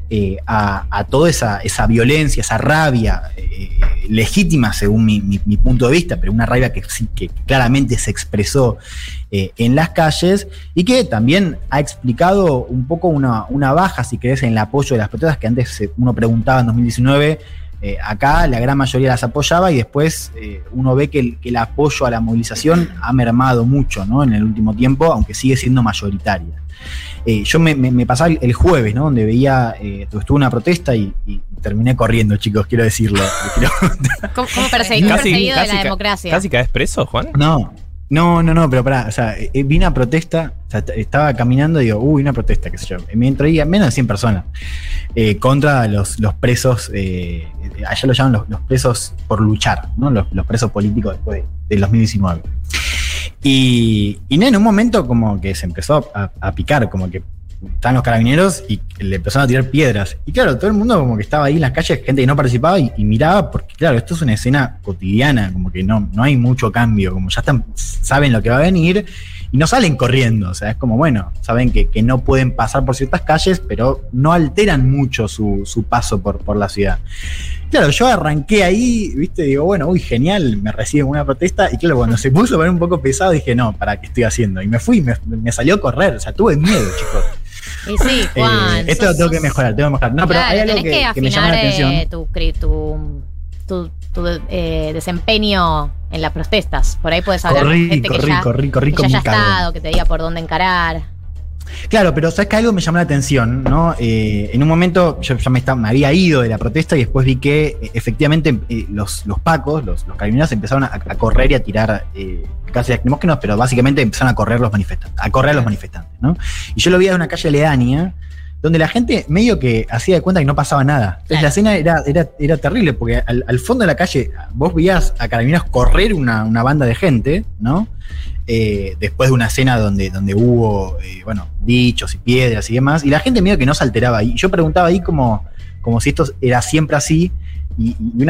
a toda esa violencia, esa rabia legítima según mi punto de vista, pero una rabia que claramente se expresó en las calles, y que también ha explicado un poco una baja, si querés, en el apoyo de las protestas, que antes uno preguntaba en 2019, acá la gran mayoría las apoyaba, y después uno ve que el apoyo a la movilización ha mermado mucho, ¿no? En el último tiempo, aunque sigue siendo mayoritaria. Yo me pasaba el jueves, ¿no? Donde veía, estuvo una protesta y terminé corriendo, chicos, quiero decirlo. ¿Cómo perseguido de la democracia? ¿Casi caes preso, Juan? No, pero pará, o sea, vi una protesta, o sea, estaba caminando y digo, una protesta, qué sé yo. Me traía menos de 100 personas contra los presos, allá lo llaman los presos por luchar, ¿no? Los presos políticos después del 2019. Y en un momento como que se empezó a picar, como que estaban los carabineros y le empezaron a tirar piedras. Y claro, todo el mundo como que estaba ahí en las calles, gente que no participaba y miraba, porque claro, esto es una escena cotidiana, como que no hay mucho cambio, como ya saben lo que va a venir, y no salen corriendo. O sea, es como, bueno, saben que no pueden pasar por ciertas calles, pero no alteran mucho su paso por la ciudad. Claro, yo arranqué ahí, viste, digo, bueno, uy, genial, me reciben una protesta. Y claro, cuando se puso a ver un poco pesado, dije, no, ¿para qué estoy haciendo? Y me fui, me salió a correr, o sea, tuve miedo, chicos. Y sí, Juan. Esto lo tengo que mejorar, No, pero claro, hay algo tenés que me llama la atención. Tu desempeño en las protestas. Por ahí puedes hablar con gente que ya haya estado, que te diga por dónde encarar. Claro, pero sabes que algo me llamó la atención, ¿no? En un momento yo ya me había ido de la protesta y después vi que efectivamente los pacos, los carabineros empezaron a correr y a tirar casi lacrimógenos, pero básicamente empezaron a correr a los manifestantes, ¿no? Y yo lo vi en una calle aledaña donde la gente medio que hacía de cuenta que no pasaba nada. Entonces la escena era terrible, porque al fondo de la calle vos veías a carabineros correr una banda de gente, ¿no? Después de una escena donde hubo, bichos y piedras y demás, y la gente medio que no se alteraba ahí. Y yo preguntaba ahí como si esto era siempre así, y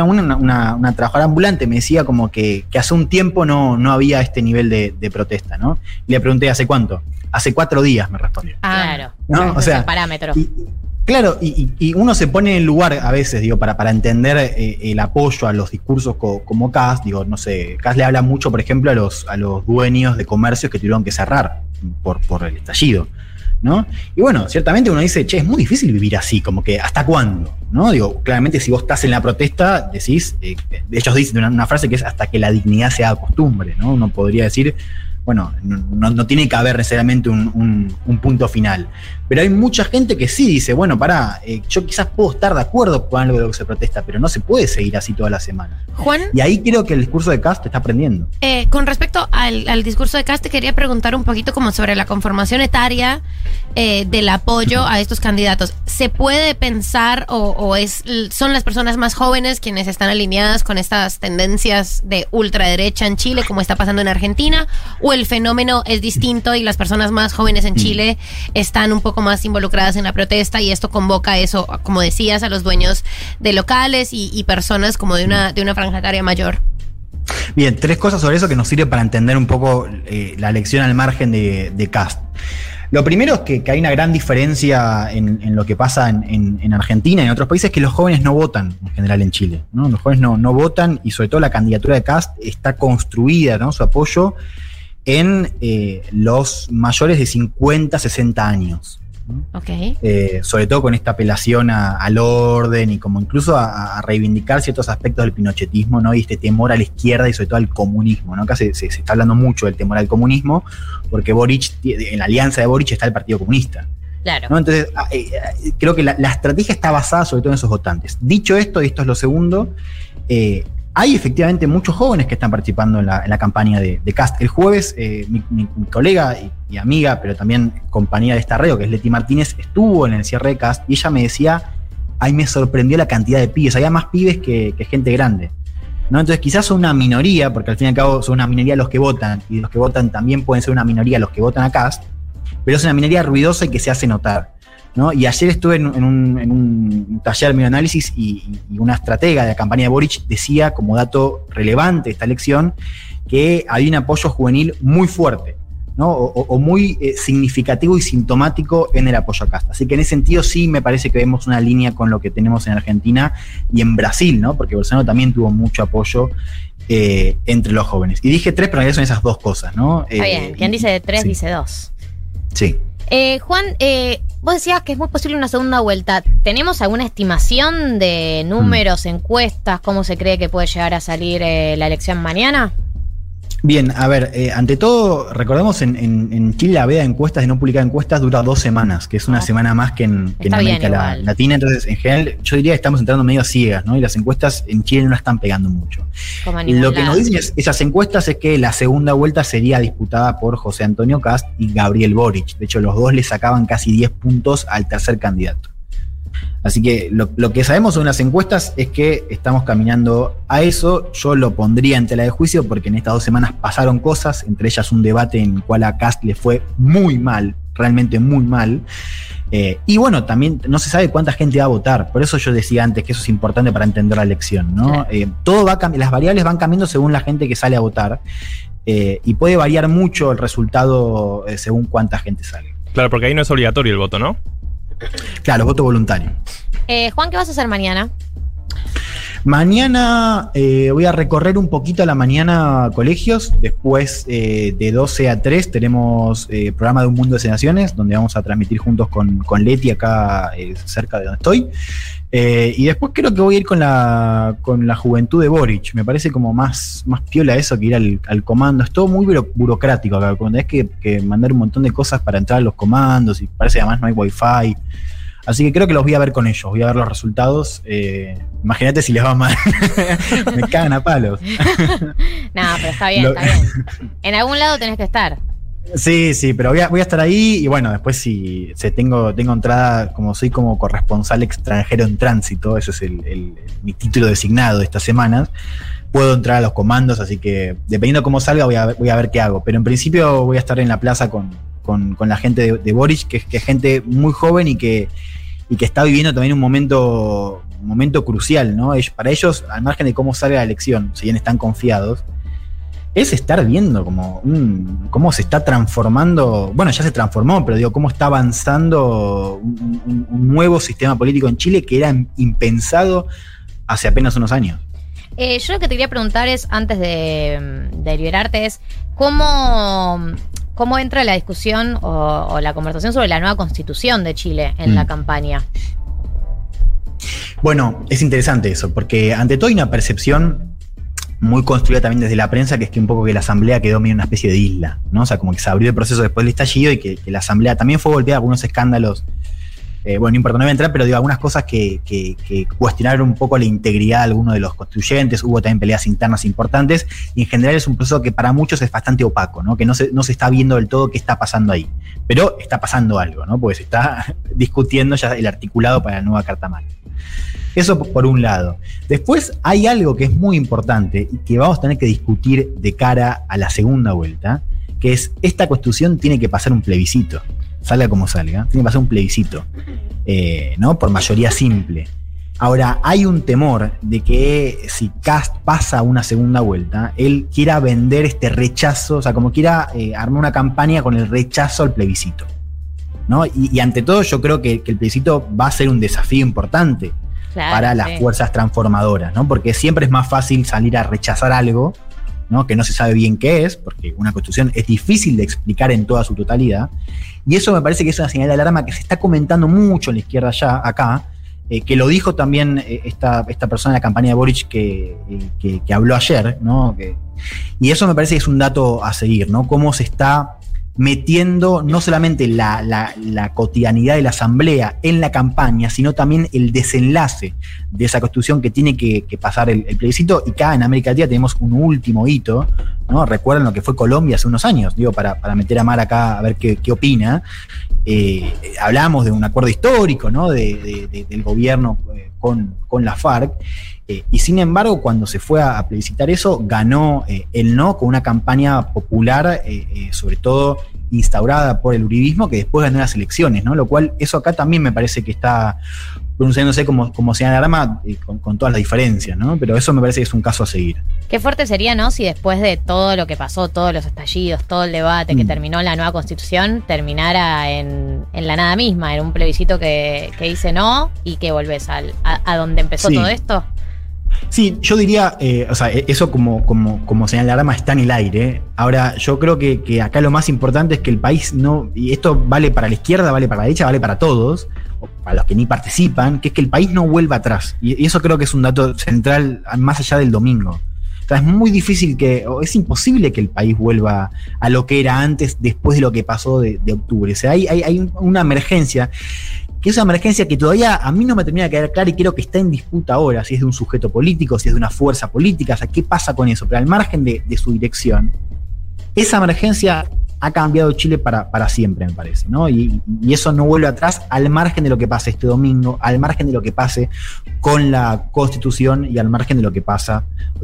una trabajadora ambulante me decía como que hace un tiempo no había este nivel de protesta, ¿no? Y le pregunté, ¿hace cuánto? Hace 4 días, me respondió. Claro, ¿no? O sea, el parámetro. Claro, y uno se pone en el lugar a veces, digo, para entender el apoyo a los discursos como Kast. Digo, no sé, Kast le habla mucho, por ejemplo, a los dueños de comercios que tuvieron que cerrar por el estallido, ¿no? Y bueno, ciertamente uno dice, che, es muy difícil vivir así, como que ¿hasta cuándo? ¿No? Digo, claramente si vos estás en la protesta, decís, ellos dicen una frase que es hasta que la dignidad se haga costumbre, ¿no? Uno podría decir, bueno, no tiene que haber necesariamente un punto final. Pero hay mucha gente que sí dice, bueno, yo quizás puedo estar de acuerdo con algo de lo que se protesta, pero no se puede seguir así toda la semana. Juan. Y ahí creo que el discurso de Kast está aprendiendo. Con respecto al discurso de Kast, te quería preguntar un poquito como sobre la conformación etaria del apoyo a estos candidatos. ¿Se puede pensar son las personas más jóvenes quienes están alineadas con estas tendencias de ultraderecha en Chile, como está pasando en Argentina? ¿O el fenómeno es distinto y las personas más jóvenes en Chile están un poco más involucradas en la protesta y esto convoca eso, como decías, a los dueños de locales y personas como de una franja etaria mayor? Bien, 3 cosas sobre eso que nos sirve para entender un poco la elección al margen de Kast. Lo primero es que hay una gran diferencia en lo que pasa en Argentina y en otros países, que los jóvenes no votan en general en Chile, ¿no? Los jóvenes no votan, y sobre todo la candidatura de Kast está construida, ¿no? Su apoyo en los mayores de 50, 60 años. Okay. Sobre todo con esta apelación al orden y como incluso a reivindicar ciertos aspectos del pinochetismo, ¿no? Y este temor a la izquierda y sobre todo al comunismo, ¿no? Acá se está hablando mucho del temor al comunismo, porque en la alianza de Boric está el Partido Comunista. Claro. ¿No? Entonces, creo que la estrategia está basada sobre todo en esos votantes. Dicho esto, y esto es lo segundo, hay efectivamente muchos jóvenes que están participando en la campaña de Kast. El jueves, mi colega y amiga, pero también compañera de esta radio, que es Leti Martínez, estuvo en el cierre de Kast y ella me decía, ay, me sorprendió la cantidad de pibes, había más pibes que gente grande, ¿no? Entonces quizás son una minoría, porque al fin y al cabo son una minoría los que votan, y los que votan también pueden ser una minoría los que votan a Kast, pero es una minoría ruidosa y que se hace notar, ¿no? Y ayer estuve en un taller de análisis y una estratega de la campaña de Boric decía, como dato relevante de esta elección, que había un apoyo juvenil muy fuerte, ¿no? O muy significativo y sintomático en el apoyo a Kast. Así que en ese sentido sí me parece que vemos una línea con lo que tenemos en Argentina y en Brasil, ¿no? Porque Bolsonaro también tuvo mucho apoyo entre los jóvenes. Y dije 3, pero en realidad son esas 2 cosas, ¿no? Está bien, quien dice 3 sí. dice 2. Sí. Juan, vos decías que es muy posible una segunda vuelta. ¿Tenemos alguna estimación de números, encuestas? ¿Cómo se cree que puede llegar a salir la elección mañana? Bien, a ver, ante todo, recordemos en Chile la veda de encuestas, de no publicar encuestas, dura 2 semanas, que es una semana más que en América Latina. Entonces, en general, yo diría que estamos entrando medio a ciegas, ¿no? Y las encuestas en Chile no están pegando mucho. Lo que nos dicen esas encuestas es que la segunda vuelta sería disputada por José Antonio Kast y Gabriel Boric. De hecho, los dos le sacaban casi 10 puntos al tercer candidato. Así que lo que sabemos según las encuestas es que estamos caminando a eso. Yo lo pondría en tela de juicio porque en estas 2 semanas pasaron cosas, entre ellas un debate en el cual a Kast le fue muy mal, realmente muy mal. Y bueno, también no se sabe cuánta gente va a votar. Por eso yo decía antes que eso es importante para entender la elección, ¿no? Claro. Todo va las variables van cambiando según la gente que sale a votar. y puede variar mucho el resultado según cuánta gente sale. Claro, porque ahí no es obligatorio el voto, ¿no? Claro, voto voluntario. Juan, ¿qué vas a hacer mañana? Mañana voy a recorrer un poquito a la mañana colegios. Después de 12 a 3 tenemos programa de Un Mundo de Sensaciones, donde vamos a transmitir juntos con Leti acá cerca de donde estoy. Y después creo que voy a ir con la juventud de Boric. Me parece como más piola eso que ir al comando. Es todo muy burocrático acá. Cuando tenés que mandar un montón de cosas para entrar a los comandos y parece que además no hay wifi. Así que creo que los voy a ver con ellos, voy a ver los resultados. Imagínate si les va mal. Me cagan a palos. No, pero está bien, está bien. En algún lado tenés que estar. Sí, pero voy a estar ahí y bueno, después si tengo entrada, como soy como corresponsal extranjero en tránsito, ese es mi título designado de estas semanas, puedo entrar a los comandos, así que dependiendo cómo salga voy a ver qué hago. Pero en principio voy a estar en la plaza con la gente de Boric, que es gente muy joven y que está viviendo también un momento crucial, ¿no? Para ellos, al margen de cómo salga la elección, si bien están confiados, es estar viendo cómo se está transformando, bueno, ya se transformó, pero digo, cómo está avanzando un nuevo sistema político en Chile que era impensado hace apenas unos años. Yo lo que te quería preguntar es, antes de liberarte, es ¿cómo entra la discusión o la conversación sobre la nueva constitución de Chile en la campaña? Bueno, es interesante eso, porque ante todo hay una percepción muy construida también desde la prensa, que es que un poco que la asamblea quedó medio una especie de isla, ¿no? O sea, como que se abrió el proceso después del estallido y que la asamblea también fue golpeada por algunos escándalos. Bueno, no importa, no voy a entrar, pero digo, algunas cosas que cuestionaron un poco la integridad de algunos de los constituyentes. Hubo también peleas internas importantes y en general es un proceso que para muchos es bastante opaco, ¿no? Que no se está viendo del todo qué está pasando ahí. Pero está pasando algo, ¿no? Porque se está discutiendo ya el articulado para la nueva Carta Magna. Eso por un lado. Después hay algo que es muy importante y que vamos a tener que discutir de cara a la segunda vuelta, que es esta constitución tiene que pasar un plebiscito. Salga como salga, tiene que pasar un plebiscito, ¿no? Por mayoría simple. Ahora, hay un temor de que si Kast pasa una segunda vuelta, él quiera vender este rechazo, o sea, como quiera armar una campaña con el rechazo al plebiscito, ¿no? Y ante todo yo creo que el plebiscito va a ser un desafío importante para las fuerzas transformadoras, ¿no? Porque siempre es más fácil salir a rechazar algo, ¿no? Que no se sabe bien qué es, porque una constitución es difícil de explicar en toda su totalidad, y eso me parece que es una señal de alarma que se está comentando mucho en la izquierda ya, acá, que lo dijo también esta persona en la campaña de Boric que habló ayer, ¿no? Y eso me parece que es un dato a seguir, ¿no? Cómo se está metiendo no solamente la cotidianidad de la asamblea en la campaña, sino también el desenlace de esa constitución que tiene que pasar el plebiscito. Y acá en América Latina tenemos un último hito, ¿no? Recuerdan lo que fue Colombia hace unos años, digo, para meter a Mar acá a ver qué opina. Hablamos de un acuerdo histórico, ¿no? Del gobierno con la FARC. Y sin embargo, cuando se fue a plebiscitar eso, ganó el no con una campaña popular, sobre todo instaurada por el uribismo, que después ganó las elecciones, ¿no? Lo cual, eso acá también me parece que está pronunciándose como señal de alarma, con todas las diferencias, ¿no? Pero eso me parece que es un caso a seguir. Qué fuerte sería, ¿no? Si después de todo lo que pasó, todos los estallidos, todo el debate que terminó en la nueva constitución, terminara en la nada misma, en un plebiscito que dice no y que volvés a donde empezó todo esto. Sí, yo diría, o sea, eso como señal de alarma está en el aire. Ahora, yo creo que acá lo más importante es que el país no, y esto vale para la izquierda, vale para la derecha, vale para todos, o para los que ni participan, que es que el país no vuelva atrás. Y eso creo que es un dato central más allá del domingo. O sea, es muy difícil o es imposible que el país vuelva a lo que era antes, después de lo que pasó de octubre. O sea, hay una emergencia, que es una emergencia que todavía a mí no me termina de quedar clara y creo que está en disputa ahora, si es de un sujeto político, si es de una fuerza política, o sea, qué pasa con eso. Pero al margen de su dirección, esa emergencia ha cambiado Chile para siempre, me parece, ¿no? Y eso no vuelve atrás, al margen de lo que pase este domingo, al margen de lo que pase con la Constitución y al margen de lo que pase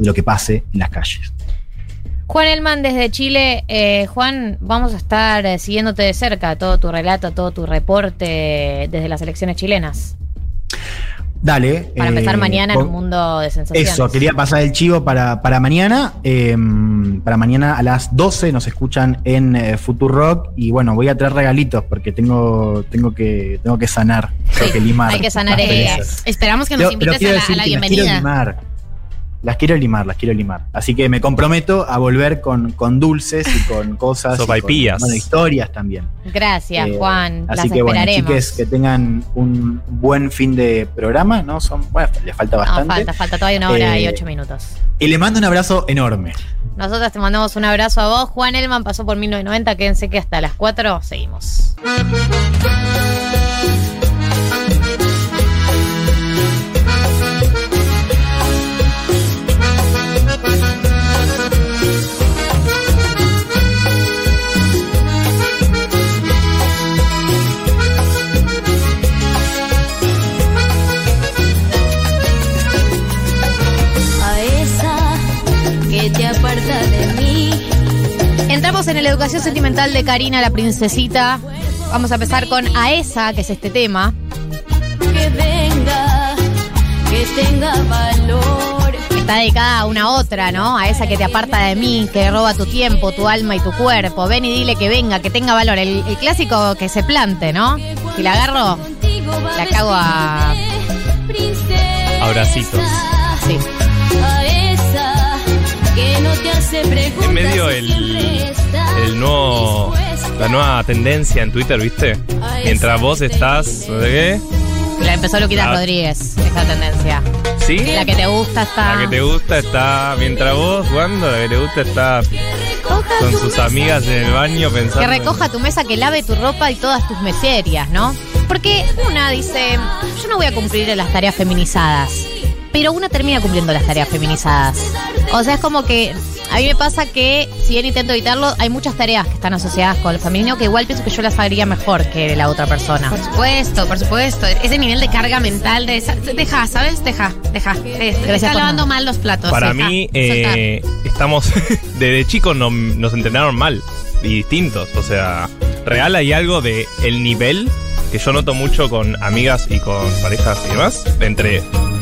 en las calles. Juan Elman desde Chile. Juan, vamos a estar siguiéndote de cerca todo tu relato, todo tu reporte desde las elecciones chilenas. Dale. Para empezar mañana en un mundo de sensaciones. Eso, quería pasar el chivo para mañana. Para mañana a las 12 nos escuchan en Futurock. Y bueno, voy a traer regalitos porque tengo que sanar. Tengo que limar. Hay que sanar heridas. Esperamos que nos invites a la bienvenida. Las quiero limar. Así que me comprometo a volver con dulces y con cosas. Sopaipillas. Con historias también. Gracias, Juan. Así las que bueno, esperaremos. chiques, que tengan un buen fin de programa, ¿no? Les falta bastante. Falta todavía 1 hora y 8 minutos. Y le mando un abrazo enorme. Nosotros te mandamos un abrazo a vos. Juan Elman pasó por 1990. Quédense que hasta las 4 seguimos. Te aparta de mí. Entramos en la educación sentimental de Karina, la princesita. Vamos a empezar con Aesa, que es este tema. Que venga, que tenga valor. Está dedicada a una otra, ¿no? A esa que te aparta de mí, que roba tu tiempo, tu alma y tu cuerpo. Ven y dile que venga, que tenga valor. El clásico que se plante, ¿no? Si la agarro, la cago a Abracitos. Sí. A esa que no te hace preguntas. En medio la nueva tendencia en Twitter, ¿viste? Mientras vos estás, ¿no sé qué? La empezó Luquita Rodríguez, esa tendencia. ¿Sí? La que te gusta está. La que te gusta está. Mientras vos jugando, la que te gusta está con sus amigas en el baño pensando. Que recoja tu mesa, que lave tu ropa y todas tus miserias, ¿no? Porque una dice, yo no voy a cumplir las tareas feminizadas. Pero una termina cumpliendo las tareas feminizadas. O sea, es como que a mí me pasa que, si bien intento evitarlo, hay muchas tareas que están asociadas con el femenino que igual pienso que yo las haría mejor que la otra persona. Por supuesto. Ese nivel de carga mental de esa, deja, ¿sabes? Deja. Está lavando mal los platos. Para mí, estamos desde chicos nos entrenaron mal y distintos. O sea, real hay algo de el nivel que yo noto mucho con amigas y con parejas y demás, entre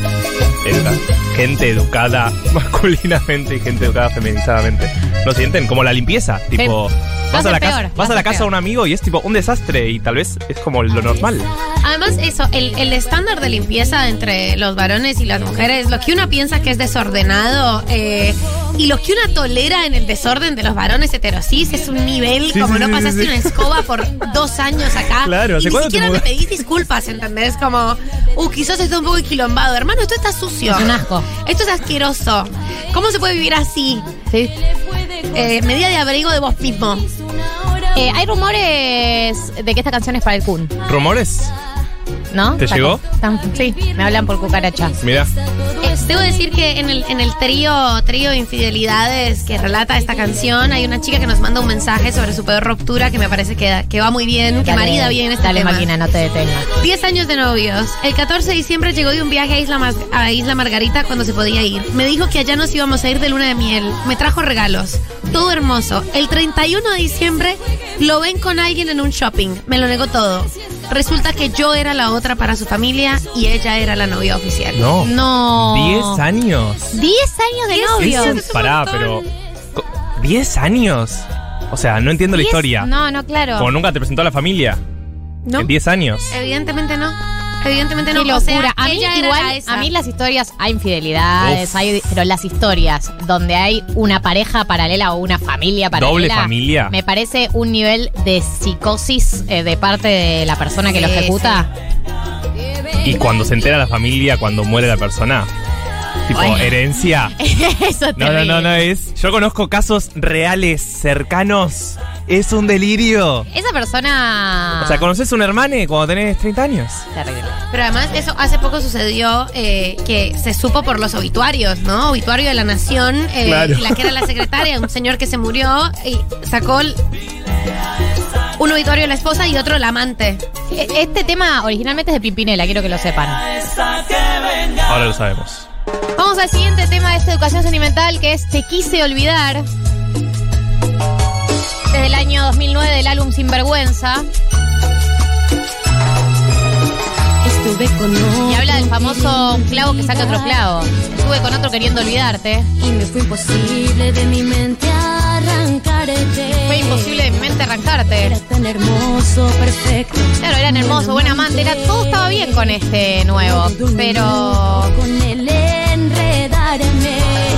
gente educada masculinamente y gente educada feminizadamente. ¿No sienten? Como la limpieza, tipo, vas a la casa de un amigo y es tipo un desastre y tal vez es como lo normal. Además, eso, el estándar de limpieza entre los varones y las mujeres, lo que uno piensa que es desordenado y lo que uno tolera en el desorden de los varones heterosis es un nivel como no pasaste una escoba por 2 años acá. Claro, y ni siquiera me pedís disculpas, ¿entendés? Como, quizás está un poco enquilombado. Hermano, esto está sucio. Es un asco. Esto es asqueroso. ¿Cómo se puede vivir así? Sí. Medida de abrigo de vos mismo. Hay rumores de que esta canción es para el Kun. ¿Rumores? ¿No? ¿Te llegó? Sí, me hablan por cucarachas. Mira. Debo decir que en el trío de infidelidades que relata esta canción, hay una chica que nos manda un mensaje sobre su peor ruptura que me parece que va muy bien, que marida bien este tema. Dale, máquina, no te detengas. 10 años de novios. El 14 de diciembre llegó de un viaje a Isla Margarita cuando se podía ir. Me dijo que allá nos íbamos a ir de luna de miel. Me trajo regalos. Todo hermoso. El 31 de diciembre lo ven con alguien en un shopping. Me lo negó todo. Resulta que yo era la otra para su familia y ella era la novia oficial. No. 10 años. 10 años de novio. Pará, pero 10 años. O sea, no entiendo la historia. No, claro. Como nunca te presentó a la familia. ¿No? En 10 años. Evidentemente no. Evidentemente no. Qué locura. O sea, a mí igual, a mí las historias, hay infidelidades, pero las historias donde hay una pareja paralela o una familia paralela. Doble familia. Me parece un nivel de psicosis de parte de la persona que lo ejecuta. Y cuando se entera la familia, cuando muere la persona. Tipo, herencia. Eso es terrible. No, es. Yo conozco casos reales, cercanos. Es un delirio. Esa persona. O sea, ¿conoces un hermano cuando tenés 30 años? Terrible. Pero además, eso hace poco sucedió que se supo por los obituarios, ¿no? Obituario de La Nación, Claro. La que era la secretaria, un señor que se murió y sacó un obituario de la esposa y otro la amante. Este tema originalmente es de Pimpinela, quiero que lo sepan. Ahora lo sabemos. Vamos al siguiente tema de esta educación sentimental, que es Te quise olvidar. Desde el año 2009 del álbum Sinvergüenza. Es tu estuve con otro. Y habla del famoso clavo que saca otro clavo. Estuve con otro queriendo olvidarte. Y me fue imposible de mi mente arrancarte. Fue imposible de mi mente arrancarte. Era tan hermoso, perfecto. Claro, eran hermosos, buen amante, todo estaba bien con este nuevo, pero Con el enredarme.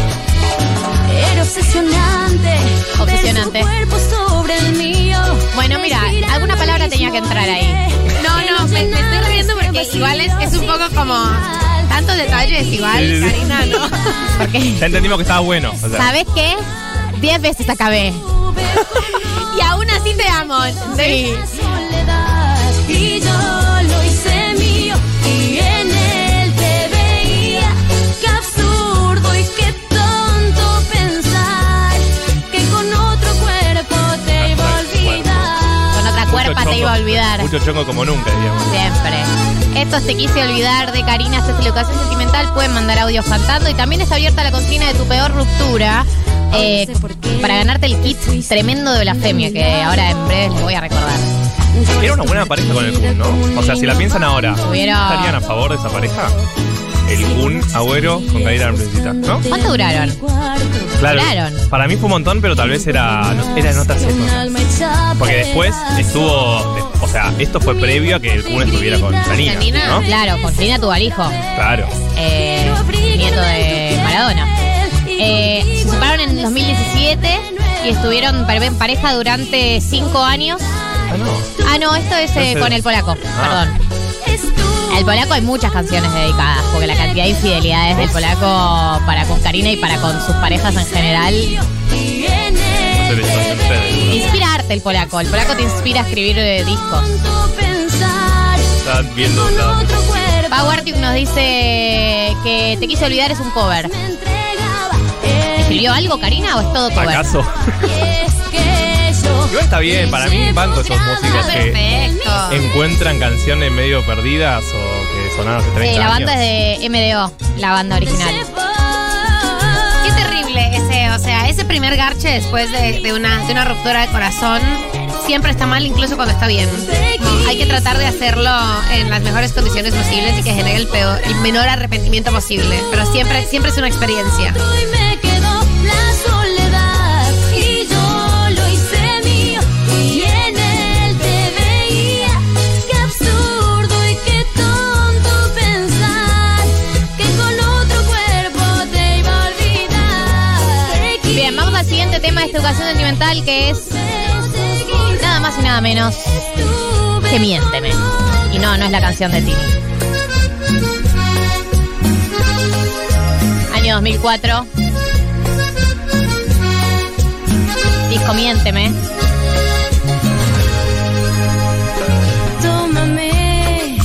Era obsesionante. Obsesionante. Ver su cuerpo sobre el mío. bueno, mira, alguna palabra tenía que entrar ahí. No, me estoy riendo porque igual es un poco como tantos detalles igual, Sí, sí, sí. Karina, ¿no? Porque, Ya entendimos que estaba bueno. O sea, ¿sabes qué? 10 veces acabé. Y aún así te amo. Sí. Soledad. Y yo lo hice mío. Y en él te veía. Qué absurdo y qué tonto pensar que con otro cuerpo te iba a olvidar. Con otra cuerpa mucho te iba a olvidar. Mucho chongo como nunca, digamos. Siempre. Esto es Te Quise Olvidar de Karina, esta es Educación Sentimental. Pueden mandar audios cantando. Y también está abierta la cocina de tu peor ruptura. Para ganarte el kit tremendo de blasfemia, que ahora en breve les voy a recordar. Era una buena pareja con el Kun, ¿no? O sea, si la piensan ahora, Tuvieron- ¿estarían a favor de esa pareja? El Kun, Agüero, con Karina la Princesita, ¿no? ¿Cuánto duraron? Claro. Duraron. Para mí fue un montón, pero tal vez era en otras épocas. Porque después estuvo... O sea, esto fue previo a que el Kun estuviera con Janina, ¿no? Claro, con Karina tuvo al hijo, Claro. nieto de Maradona. Se separaron en 2017 y estuvieron en pareja durante 5 años. Ah, no. Ah, no, esto es Entonces- con el polaco, Ah. perdón. Al polaco hay muchas canciones dedicadas, porque la cantidad de infidelidades del polaco para con Karina y para con sus parejas en general. No sé, les conté a ustedes. Inspira arte el polaco te inspira a escribir discos. Están viendo un lado. Powertube nos dice que Te Quise Olvidar es un cover. ¿Escribió algo Karina o es todo cover? ¿Acaso? Igual está bien, para mí banco esos músicos que Perfecto. encuentran canciones medio perdidas o que sonaron hace 30 La años. banda es de MDO, la banda original. Qué terrible ese primer garche después de una ruptura de corazón. Siempre está mal, incluso cuando está bien. No, hay que tratar de hacerlo en las mejores condiciones posibles y que genere el menor arrepentimiento posible. Pero siempre es una experiencia. Hoy me quedó la soledad y yo lo hice mío y en él te veía. Qué absurdo y qué tonto pensar que con otro cuerpo te iba a olvidar. Bien, vamos al siguiente tema de esta educación sentimental, que es nada más y nada menos que Miénteme. Y no es la canción de Tini. Año 2004. Disco Miénteme. Tómame,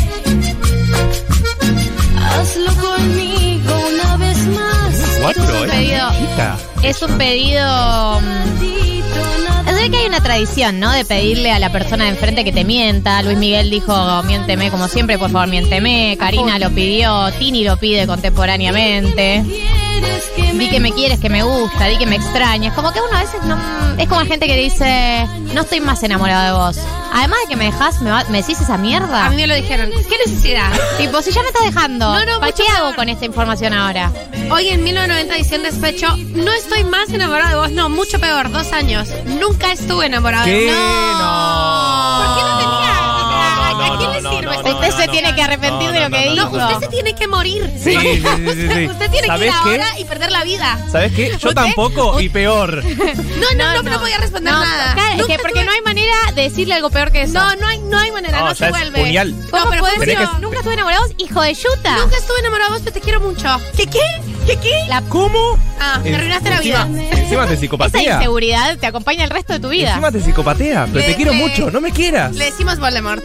hazlo conmigo una vez más. Cuatro, Es un pedido. Es un pedido. Se ve que hay una tradición, ¿no? De pedirle a la persona de enfrente que te mienta. Luis Miguel dijo, miénteme como siempre, por favor, miénteme. Karina lo pidió, Tini lo pide contemporáneamente. Di que me quieres, que me gusta, di que me extrañas. Como que uno a veces no... Es como la gente que dice, no estoy más enamorado de vos. Además de que me dejás, me decís esa mierda. A mí me lo dijeron. ¿Qué necesidad? Tipo, si ya me estás dejando, No, ¿para mucho qué hago peor. con esta información ahora? Hoy en 1990 edición Despecho, no estoy más enamorado de vos. No, mucho peor, 2 años. Nunca estuve enamorado de ¿Qué? vos. No. ¿Por qué lo tenía? ¿A quién le sirve? Usted se tiene que arrepentir de lo que No, dijo. usted se tiene que morir. Sí, sí, sí, sí. Usted tiene que ir ¿Sabés qué? ahora y perder la vida. ¿Sabes qué? Yo ¿Usted? tampoco y peor. No podía responder nada. Claro, es Nunca que porque tuve- no hay manera de decirle algo peor que eso. No hay manera, no ya se es vuelve. puñal. ¿Cómo No, pero puedes Julio, Tenés que- Nunca estuve enamorado de vos, hijo de yuta. Nunca estuve enamorado de vos, pero te quiero mucho. ¿Qué? La ¿Cómo? Ah, me arruinaste la vida. Encima te esa psicopatea. inseguridad te acompaña el resto de tu vida. Encima te psicopatea. Pero te Le- quiero le- mucho, no me quieras. Le decimos Voldemort.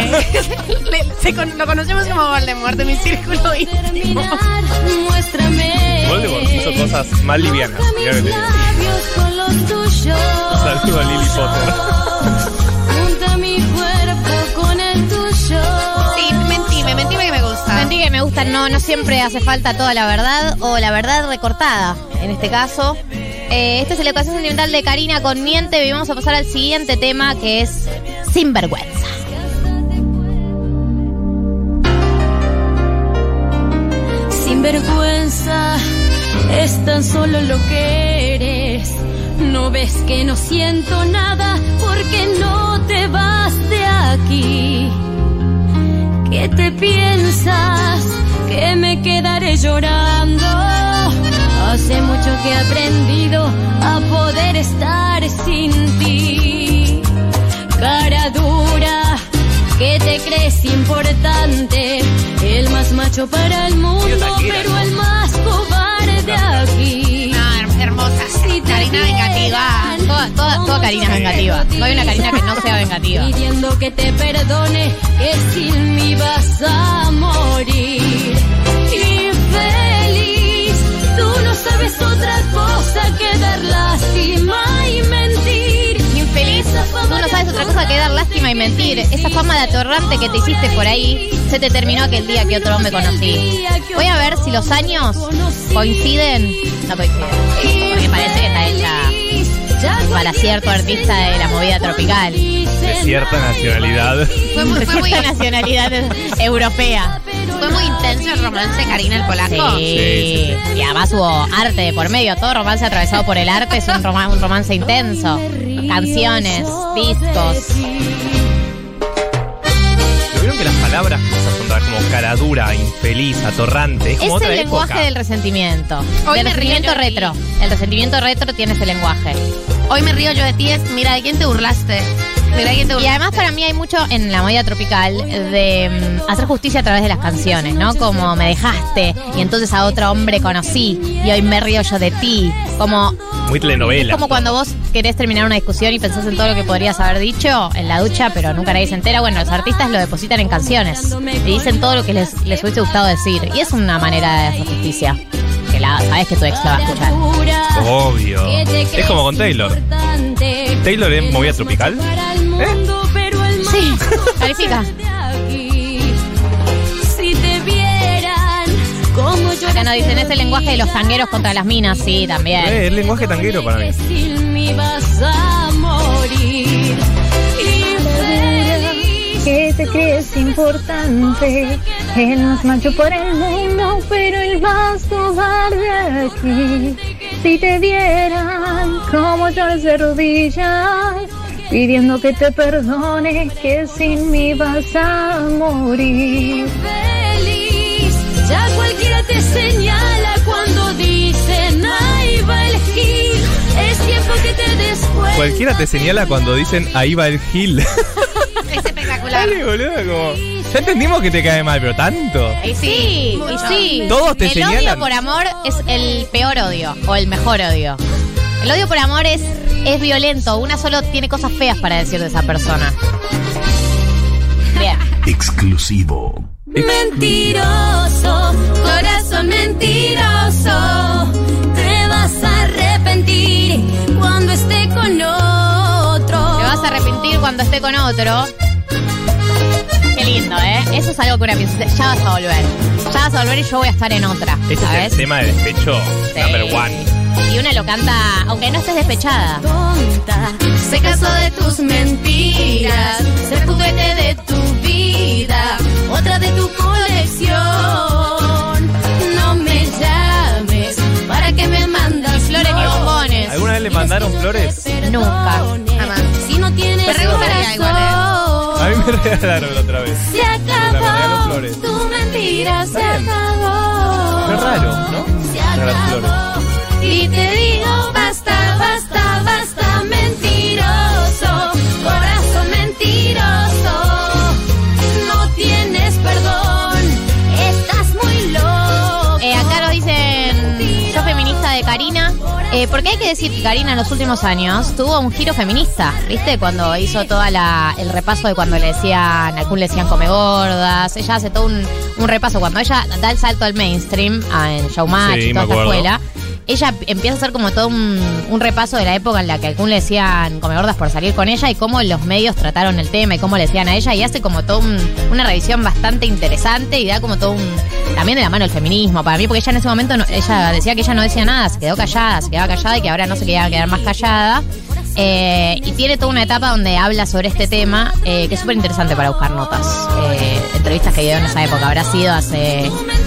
Lo conocemos como Voldemort de mi círculo íntimo. Muéstrame. Voldemort hizo cosas más livianas. Mirá que te digo. Labios con los tuyos. Saludo a Lily Potter. Junta mi cuerpo con el tuyo. Sí, mentime que me gusta. Sentí que me gusta, no siempre hace falta toda la verdad o la verdad recortada, en este caso. Esta es la educación sentimental de Karina con Miente y vamos a pasar al siguiente tema, que es Sinvergüenza. sin vergüenza, es tan solo lo que eres. No ves que no siento nada porque no te vas de aquí. ¿Qué te piensas? Que me quedaré llorando. Hace mucho que he aprendido a poder estar sin ti. Cara dura, que te crees importante, el más macho para el mundo, pero el más cobarde aquí. No, hermosa. Si te Karina vengativa. Toda Karina es vengativa. No hay una Karina que no sea vengativa. pidiendo que te perdone, que sin mí vas a morir. Infeliz, tú no sabes otra cosa que dar lástima y mentir. Infeliz, tú no sabes otra cosa que dar lástima y mentir. Esa fama de atorrante que te hiciste por ahí se te terminó aquel día que otro hombre conocí. Voy a ver si los años coinciden. No coinciden. Porque parece que está hecha para cierto artista de la movida tropical. De cierta nacionalidad. Fue muy Cierta nacionalidad europea. Fue muy intenso el romance de Karina el Polaco. Sí. Y además hubo arte de por medio. Todo romance atravesado por el arte es un romance intenso. Canciones, discos. ¿Lo vieron que las palabras que usas son como cara dura, infeliz, atorrante? Es como Es otra el lenguaje época. del resentimiento. Hoy Del me río resentimiento yo de ti. retro. El resentimiento retro tiene ese lenguaje. Hoy me río yo de ti, es mira de quién te burlaste. Mira de quién te Y burlaste. además para mí hay mucho en la movida tropical de hacer justicia a través de las canciones, ¿no? Como me dejaste y entonces a otro hombre conocí y hoy me río yo de ti. Como Muy telenovela. es como cuando vos querés terminar una discusión y pensás en todo lo que podrías haber dicho en la ducha, pero nunca nadie se entera. Bueno, los artistas lo depositan en canciones y dicen todo lo que les hubiese gustado decir. Y es una manera de hacer justicia. Que sabes que tu ex la va a escuchar. Obvio. Es como con Taylor. ¿Taylor es movida tropical? Sí, califica. Si te vieran como yo Acá nos dicen, es el lenguaje de los tangueros contra las minas. Sí, también. Es el lenguaje tanguero para mí. sin mí vas a morir. Infeliz, Que te crees importante, el más macho por el mundo, pero el más cobarde aquí. Si te vieran como lloras de rodillas, pidiendo que te perdone, que sin mí vas a morir. feliz, ya cualquiera te señala cuando dicen ahí va el gil. Es tiempo que te des cuenta. Cualquiera te señala cuando dicen ahí va el Gil. Es espectacular. Dale, boludo, como. Ya entendimos que te cae mal, pero tanto. Y sí, y sí. Todos te el señalan. odio por amor es el peor odio o el mejor odio. El odio por amor es violento. Una solo tiene cosas feas para decir de esa persona. Bien. Exclusivo. Mentiroso, corazón mentiroso, te vas a arrepentir cuando esté con otro. Te vas a arrepentir cuando esté con otro. Qué lindo, ¿eh? Eso es algo que una piensa. Ya vas a volver. Ya vas a volver y yo voy a estar en otra. Ese ¿sabes? es el tema de despecho Sí. number one. Y una lo canta, aunque no estés despechada. Tonta, se cansó de tus mentiras, ser juguete de tu vida, otra de tu colección. No me llames para que me mandas Flores ni bombones. ¿Alguna vez le mandaron flores? Nunca. Jamás. Si no tienes Me re gustaría igual, A mí me regalaron la otra vez. Se Me regalaron acabó, flores. tu mentira se Está bien. acabó. Qué raro, ¿no? Se Regalar flores. acabó. Y te digo, basta, basta, basta, mentiroso, corazón mentiroso, no tienes perdón, estás muy loco. Acá nos dicen, yo feminista de Karina. Porque hay que decir que Karina en los últimos años tuvo un giro feminista, ¿viste? Cuando hizo todo el repaso de cuando le decían, a algún le decían come gordas. Ella hace todo un repaso. Cuando ella da el salto al mainstream, en Showmatch Sí, y toda me esta acuerdo. escuela, ella empieza a hacer como todo un repaso de la época en la que a algún le decían come gordas por salir con ella y cómo los medios trataron el tema y cómo le decían a ella, y hace como todo una revisión bastante interesante y da como todo también de la mano el feminismo para mí, porque ella en ese momento ella decía que ella no decía nada, se quedaba callada y que ahora no se quería quedar más callada. Y tiene toda una etapa donde habla sobre este tema, que es súper interesante para buscar notas. Entrevistas que dio en esa época, habrá sido hace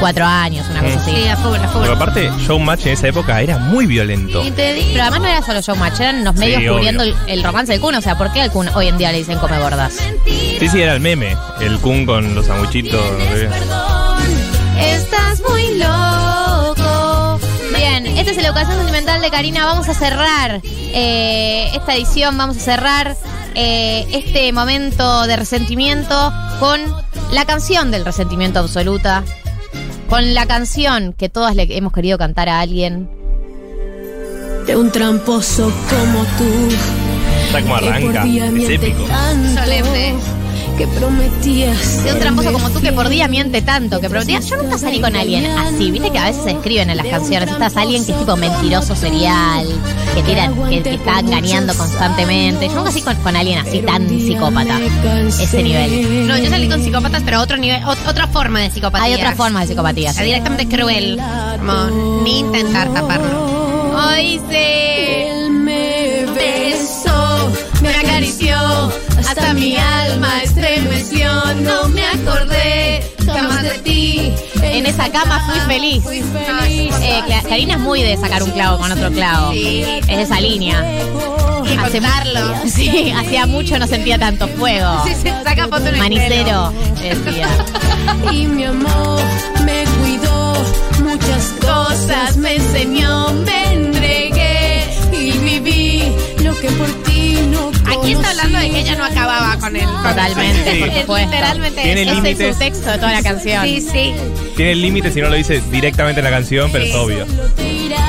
24 años, una cosa así. Sí, a full, a full. Pero aparte, Showmatch en esa época era muy violento. Y te digo. Pero además no era solo Showmatch, eran los medios Sí, cubriendo obvio. el romance del Kun. O sea, ¿por qué al Kun hoy en día le dicen come gordas? Sí, era el meme. El Kun con los sanguchitos. no sé qué. Estás muy loco. Bien, esta es la educación sentimental de Karina. Vamos a cerrar esta edición, vamos a cerrar este momento de resentimiento con la canción del resentimiento absoluta, con la canción que todas le hemos querido cantar a alguien. De un tramposo como tú. Está como arranca. Es épico. Solemne. Que prometías. De un tramposo como tú que por día miente tanto, que prometía. Yo nunca salí con alguien así, viste que a veces se escriben en las canciones. Estás alguien que es tipo mentiroso serial, que está engañando constantemente. Yo nunca salí con alguien así tan psicópata. Ese nivel. No, yo salí con psicópatas, pero otro nivel, otra forma de psicopatía. Hay otra forma de psicopatía. O sea, sí. directamente cruel. Como ni intentar taparlo. Hoy sé. Él me besó, Me acarició, hasta mi alma estremeció. No me acordé jamás de ti. En esa cama fui feliz. Karina es muy de sacar un clavo con otro clavo. Sí. Es esa línea. Y contarlo. Sí, hacía mucho no sentía tanto fuego. Sí, se saca foto en el Manicero, decía. y mi amor me cuidó. Muchas cosas me enseñó. Me entregué y viví lo que por ti no conocí. Aquí está hablando de que ella no acababa con él. Totalmente, Sí. por supuesto. Literalmente. Tiene Ese es límites. el subtexto de toda la canción. Sí, sí. Tiene límites si no lo dice directamente en la canción, pero Sí. es obvio. Lo dirás.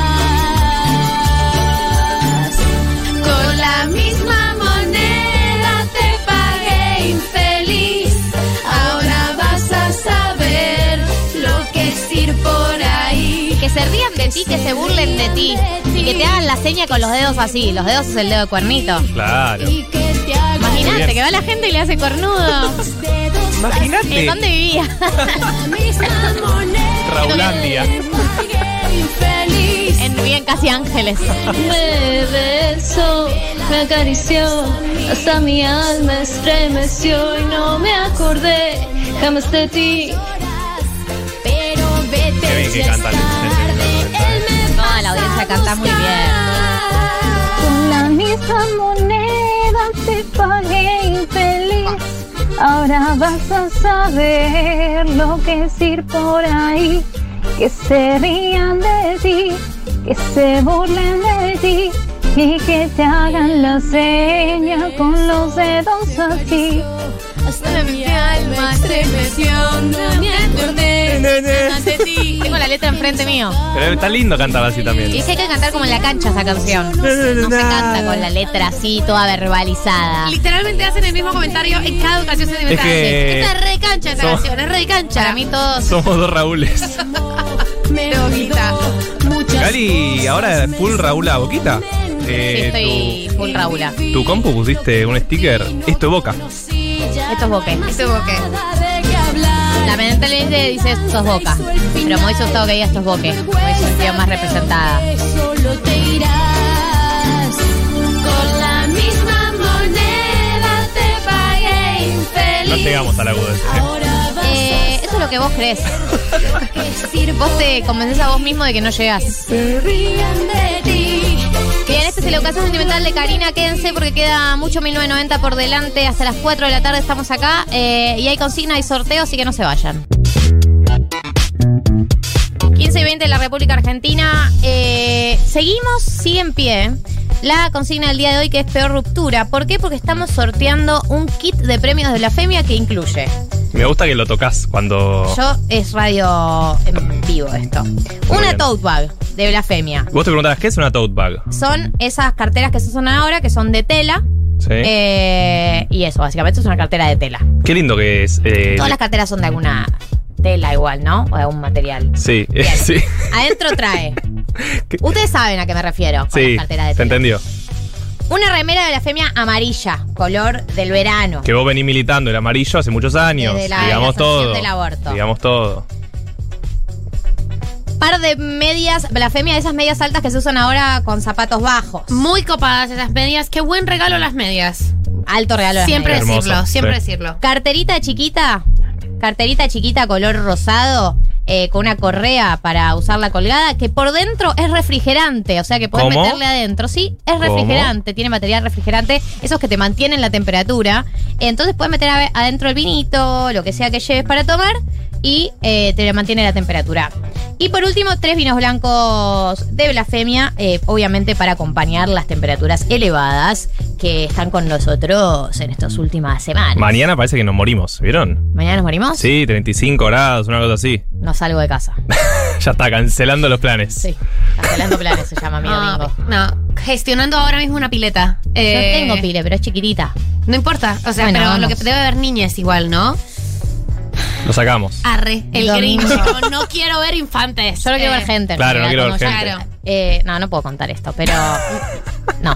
Con la misma moneda te pagué infeliz. Ahora vas a saber lo que es ir por ahí. Que se rían de ti, que se burlen de ti. Y que te hagan la seña con los dedos así. Los dedos es el dedo de cuernito. Claro. Y que te haga Imagínate que va la gente y le hace cornudo. Imagínate. ¿Dónde vivía? la misma moneda. Raulandia. Te pagué infeliz. Vivía en Casi Ángeles. Me besó, me acarició, hasta mi alma estremeció y no me acordé jamás de ti. Pero vete. Qué bien que ya canta es el tarde. Él me Toda la audiencia canta muy bien. Con la misma moneda te pagué infeliz. Ahora vas a saber lo que es ir por ahí. Que se rían de ti, que se burlen de ti y que te hagan la seña con los dedos así. Hasta mi alma estremeció, no me acordé más de ti. Tengo la letra enfrente mío. Pero está lindo cantar así Y también. es que hay que cantar como en la cancha esa canción. No se canta con la letra así, toda verbalizada. Literalmente hacen el mismo comentario en cada ocasión sentimental. que- Esta es re cancha esta Somos- canción, es re cancha. Para mí todos... Somos dos Raúles. Me olvidó muchas Gali, ahora full Raúl a Boquita. Sí, estoy full Raúla. Tu compu pusiste un sticker. Esto es Boca. Esto es Boque. Esto Boque. de qué hablar. Lamentablemente dice esto es Boca. Pero me hubiese gustado que diga esto es Boque. Me hubiese sentido más representada. Solo te irás. Con la misma moneda te pagué infeliz. No llegamos al agudo ese. Ahora vas Eso es lo que vos crees. a decir Vos te convences a vos mismo de que no llegás. se rían de ti. Bien, este es el Educación Sentimental de Karina. Quédense porque queda mucho 1990 por delante. Hasta las 4 de la tarde estamos acá. Y hay consigna y sorteo, así que no se vayan. 15 y 20 en la República Argentina. Sigue en pie la consigna del día de hoy, que es peor ruptura. ¿Por qué? Porque estamos sorteando un kit de premios de Blasfemia que incluye... Me gusta que lo tocas cuando. Es radio en vivo esto. Una bien. tote bag de Blasfemia. Vos te preguntabas, ¿qué es una tote bag? Son esas carteras que se usan ahora, que son de tela. Sí. Y eso, básicamente es una cartera de tela. Qué lindo que es. Todas las carteras son de alguna tela igual, ¿no? O de algún material. Sí, Bien. sí. Adentro trae. ¿Qué? Ustedes saben a qué me refiero con Sí, las carteras de se tela. entendió. Una remera de Blasfemia amarilla, color del verano. Que vos venís militando el amarillo hace muchos años. Desde la Digamos asociación todo. del aborto. Digamos todo. Par de medias Blasfemia, de esas medias altas que se usan ahora con zapatos bajos. Muy copadas esas medias. Qué buen regalo las medias. Alto regalo de las Siempre medias. Hermoso, decirlo, siempre sí. decirlo. Carterita chiquita color rosado, con una correa para usarla colgada, que por dentro es refrigerante, o sea que podés ¿Cómo? meterle adentro. Sí, es refrigerante, tiene material refrigerante, esos que te mantienen la temperatura. Entonces puedes meter adentro el vinito, lo que sea que lleves para tomar, y te mantiene la temperatura. Y por último, 3 vinos blancos de Blasfemia, obviamente para acompañar las temperaturas elevadas que están con nosotros en estas últimas semanas. Mañana parece que nos morimos, ¿vieron? ¿Mañana nos morimos? Sí, 35 grados, una cosa así. No salgo de casa. Ya está, cancelando los planes. Sí, cancelando planes se llama mi domingo. No, gestionando ahora mismo una pileta. Yo tengo pile, pero es chiquitita. No importa, o sea, Bueno, pero vamos. lo que debe haber niñas igual, ¿no? Lo sacamos. Arre, el Domingo. Grinch. Como, no quiero ver infantes. Yo no quiero ver gente. en Claro, no realidad, quiero ver como gente. ya- no puedo contar esto, pero... No.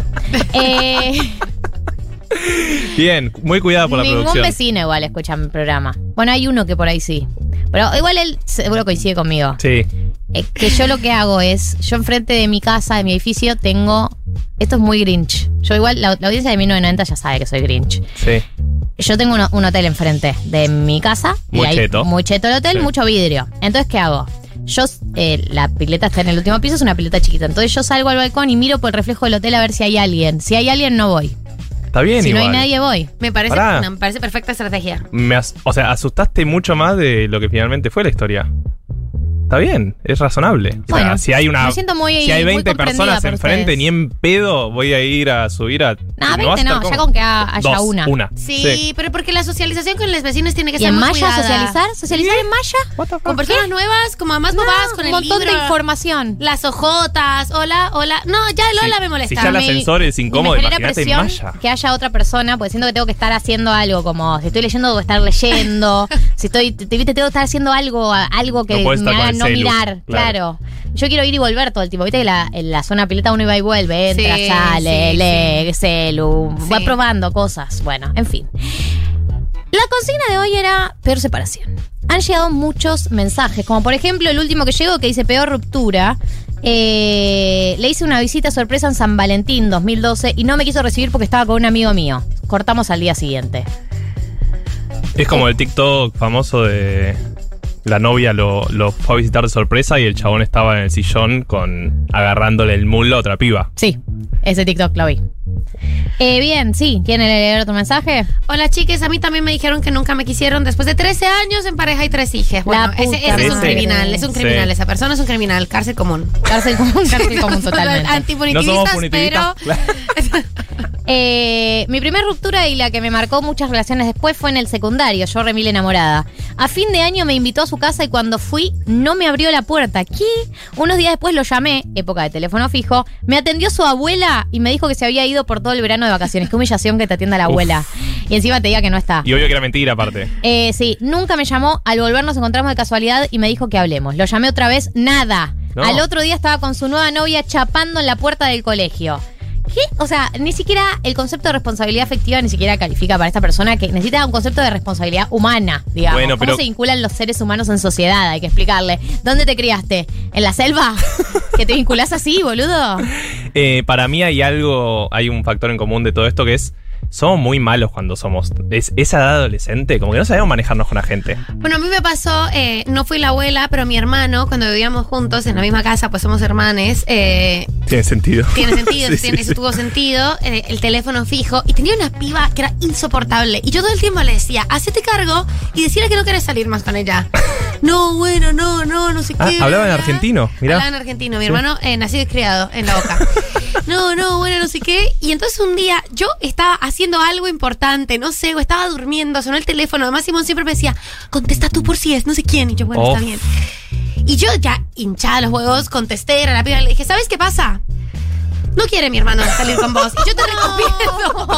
Bien, muy cuidado por la Ningún producción. vecino igual escucha mi programa. Bueno, hay uno que por ahí sí. Pero igual él seguro coincide conmigo. Sí. Que yo lo que hago es, yo enfrente de mi casa, de mi edificio, tengo... Esto es muy Grinch. Yo igual, la audiencia de 1990 ya sabe que soy Grinch. Sí. Yo tengo un hotel enfrente de mi casa. Muy y hay cheto. Muy cheto el hotel, Sí. mucho vidrio. Entonces, ¿qué hago? Yo, la pileta está en el último piso, es una pileta chiquita. Entonces yo salgo al balcón y miro por el reflejo del hotel a ver si hay alguien. Si hay alguien, no voy. Está bien Si igual. no hay nadie, voy. Me parece, Pará. me parece perfecta estrategia. O sea, asustaste mucho más de lo que finalmente fue la historia. Está bien, es razonable. O sea, Bueno, si hay me siento muy- si hay muy 20 comprendida personas por enfrente, ustedes. ni en pedo voy a ir a subir a. No, ¿me vas 20 a estar no, ya cómodo? con que haya Dos, una. Sí, pero porque la socialización con los vecinos tiene que ¿Y ser en muy Maya cuidada. socializar? ¿Socializar en Maya? Con personas nuevas, como más bobadas, con un el montón libro, de información. las hojotas, hola. No, ya el hola Sí. me molesta. Si ya el ascensor es incómodo, y me genera imagínate en presión Maya. que haya otra persona, porque siento que tengo que estar haciendo algo, como si estoy leyendo, debo estar leyendo. Si estoy, tengo que estar haciendo algo que No puedes me estar con haga el no celu, mirar. Claro. Yo quiero ir y volver todo el tiempo. Viste que en la zona pileta uno iba y vuelve, entra, Sí, sale, sí, lee, celu, Sí. va probando cosas. Bueno, en fin. La consigna de hoy era peor separación. Han llegado muchos mensajes, como por ejemplo el último que llegó que dice peor ruptura. Le hice una visita sorpresa en San Valentín 2012 y no me quiso recibir porque estaba con un amigo mío. Cortamos al día siguiente. Es como el TikTok famoso de. La novia lo fue a visitar de sorpresa y el chabón estaba en el sillón agarrándole el mulo a otra piba. Sí, ese TikTok lo vi. Bien, sí. ¿Quieren leer otro mensaje? Hola chiques, a mí también me dijeron que nunca me quisieron después de 13 años en pareja y 3 hijas. Bueno, La ese puta es un madre. criminal, es un criminal, Sí. esa persona es un criminal, cárcel común. Cárcel común totalmente. No Antipunitivistas, somos punitivistas. pero Mi primer ruptura y la que me marcó muchas relaciones después fue en el secundario, yo remil enamorada. A fin de año me invitó a su casa y cuando fui no me abrió la puerta. ¿Qué? Unos días después lo llamé, época de teléfono fijo, me atendió su abuela y me dijo que se había ido por todo el verano de vacaciones. Qué humillación que te atienda la abuela. Y encima te diga que no está. Y obvio que era mentira, aparte. Sí, nunca me llamó, al volver nos encontramos de casualidad y me dijo que hablemos. Lo llamé otra vez, nada. No. Al otro día estaba con su nueva novia chapando en la puerta del colegio. ¿Qué? O sea, ni siquiera el concepto de responsabilidad afectiva ni siquiera califica para esta persona que necesita un concepto de responsabilidad humana, digamos. Bueno, ¿Cómo pero- se vinculan los seres humanos en sociedad? Hay que explicarle. ¿Dónde te criaste? ¿En la selva? ¿Que te vinculás así, boludo? Para mí hay un factor en común de todo esto que es. Somos muy malos cuando somos. Esa edad adolescente, como que no sabemos manejarnos con la gente. bueno, a mí me pasó, no fui la abuela, pero mi hermano, cuando vivíamos juntos en la misma casa, pues somos hermanes, Tiene sentido. tiene sentido, Sí, sí, sí. tuvo sentido, el teléfono fijo, y tenía una piba que era insoportable. Y yo todo el tiempo le decía, hacete cargo y decirle que no querés salir más con ella. No, bueno, no sé Ah, qué. hablaba en bla, bla. argentino, mirá. Hablaba en argentino, mi Sí. hermano nacido y criado en la Boca. No, bueno, no sé qué. Y entonces un día yo estaba haciendo algo importante, no sé, o estaba durmiendo, sonó el teléfono. Además Simón siempre me decía, contesta tú por si es no sé quién. Y yo, bueno, Oh. está bien. Y yo ya hinchada los huevos, contesté, era la piba, le dije, ¿sabes qué pasa? No quiere mi hermano salir con vos. Y yo te recomiendo.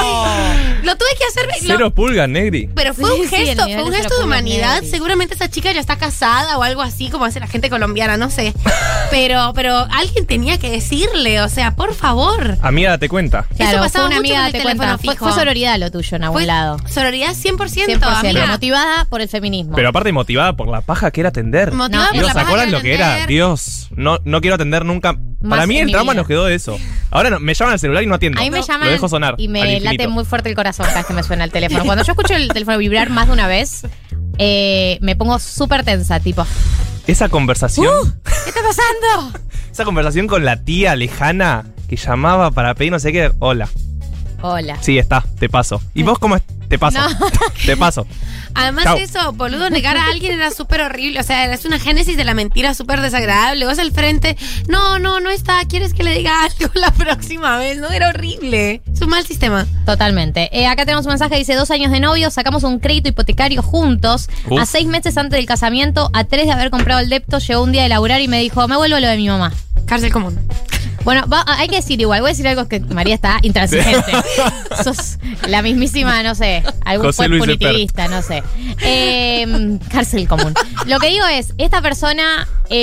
Lo tuve que hacer. Cero pulgas, Negri. Pero fue Sí, un sí, el gesto, nivel fue un de gesto de locura humanidad. Negri. Seguramente esa chica ya está casada o algo así, como hace la gente colombiana, no sé. Pero alguien tenía que decirle, o sea, por favor. Amiga, date cuenta. Claro, pasaba fue una mucho amiga, con el te teléfono cuenta. Fue fijo. sororidad lo tuyo en algún Fue lado. sororidad 100%, 100%, amiga. motivada por el feminismo. Pero aparte motivada por la paja que era atender. Motivada No, por Dios, la ¿se paja acuerdan de lo que era? atender. Dios, no quiero atender nunca. Más Para mí en el mi trauma vida. nos quedó de eso. Ahora me llaman al celular y no atiendo. A mí me llaman Lo dejo sonar. y al me infinito. late muy fuerte el corazón cada vez que me suena el teléfono. Cuando yo escucho el teléfono vibrar más de una vez, me pongo súper tensa, tipo, Esa conversación. ¿qué está pasando? Esa conversación con la tía lejana que llamaba para pedir no sé qué. Hola. Hola. Sí, está, te paso. ¿Y vos cómo es? Te paso. No. Te paso. Además Chau. eso, boludo, negar a alguien era súper horrible. O sea, es una génesis de la mentira súper desagradable. Vas al frente, no está. ¿Quieres que le diga algo la próxima vez? No, era horrible. Es un mal sistema. Totalmente. Acá tenemos un mensaje que dice: 2 años de novio, sacamos un crédito hipotecario juntos. Uf. A 6 meses antes del casamiento, a 3 de haber comprado el depto, llegó un día de laburar y me dijo: me vuelvo lo de mi mamá. Cárcel común. Bueno, hay que decir igual, voy a decir algo que María está intransigente. Sos la mismísima, no sé, algún José juez Luis punitivista, no sé. Cárcel común. Lo que digo es, esta persona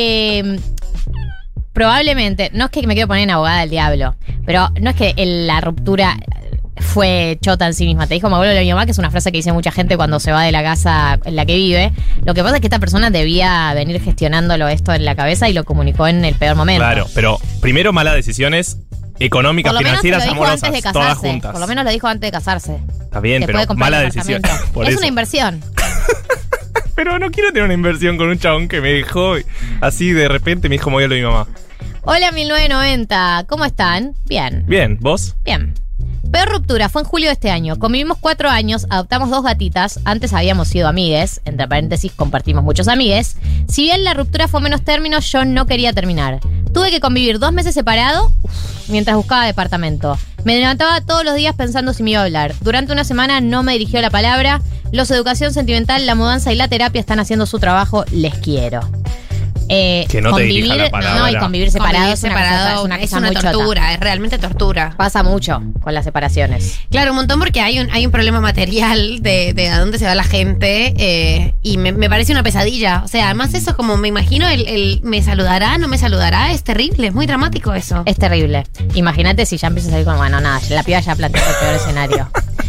probablemente, no es que me quiero poner en abogada del diablo, pero no es que la ruptura fue chota en sí misma. Te dijo me vuelvo lo de mi mamá, que es una frase que dice mucha gente cuando se va de la casa en la que vive. Lo que pasa es que esta persona debía venir gestionándolo esto en la cabeza y lo comunicó en el peor momento. Claro, pero primero malas decisiones económicas, Por lo menos financieras, lo dijo amorosas, antes de todas casarse. juntas. Por lo menos lo dijo antes de casarse. Está bien, Que puede pero comprar mala un decisión. departamento. Por Es eso. una inversión. Pero no quiero tener una inversión con un chabón que me dejó así de repente me dijo me voy a lo de mi mamá. Hola 1990, ¿cómo están? Bien. Bien, ¿vos? Bien. Peor ruptura fue en julio de este año. Convivimos 4 años, adoptamos 2 gatitas. Antes habíamos sido amigues, entre paréntesis compartimos muchos amigues. Si bien la ruptura fue menos términos, yo no quería terminar. Tuve que convivir 2 meses separado mientras buscaba departamento. Me levantaba todos los días pensando si me iba a hablar. Durante una semana no me dirigió la palabra. Los educación sentimental, la mudanza y la terapia están haciendo su trabajo. Les quiero. Que no te dirija la palabra. No, y convivir separados Convivir separado es una cosa muy tortura, chota. es realmente tortura. Pasa mucho con las separaciones. Claro, un montón porque hay un problema material de a dónde se va la gente y me parece una pesadilla. O sea, además eso como me imagino el me saludará, no me saludará, es terrible, es muy dramático eso. Es terrible. Imagínate si ya empiezas a salir con... Bueno, nada, la piba ya planteó el peor escenario.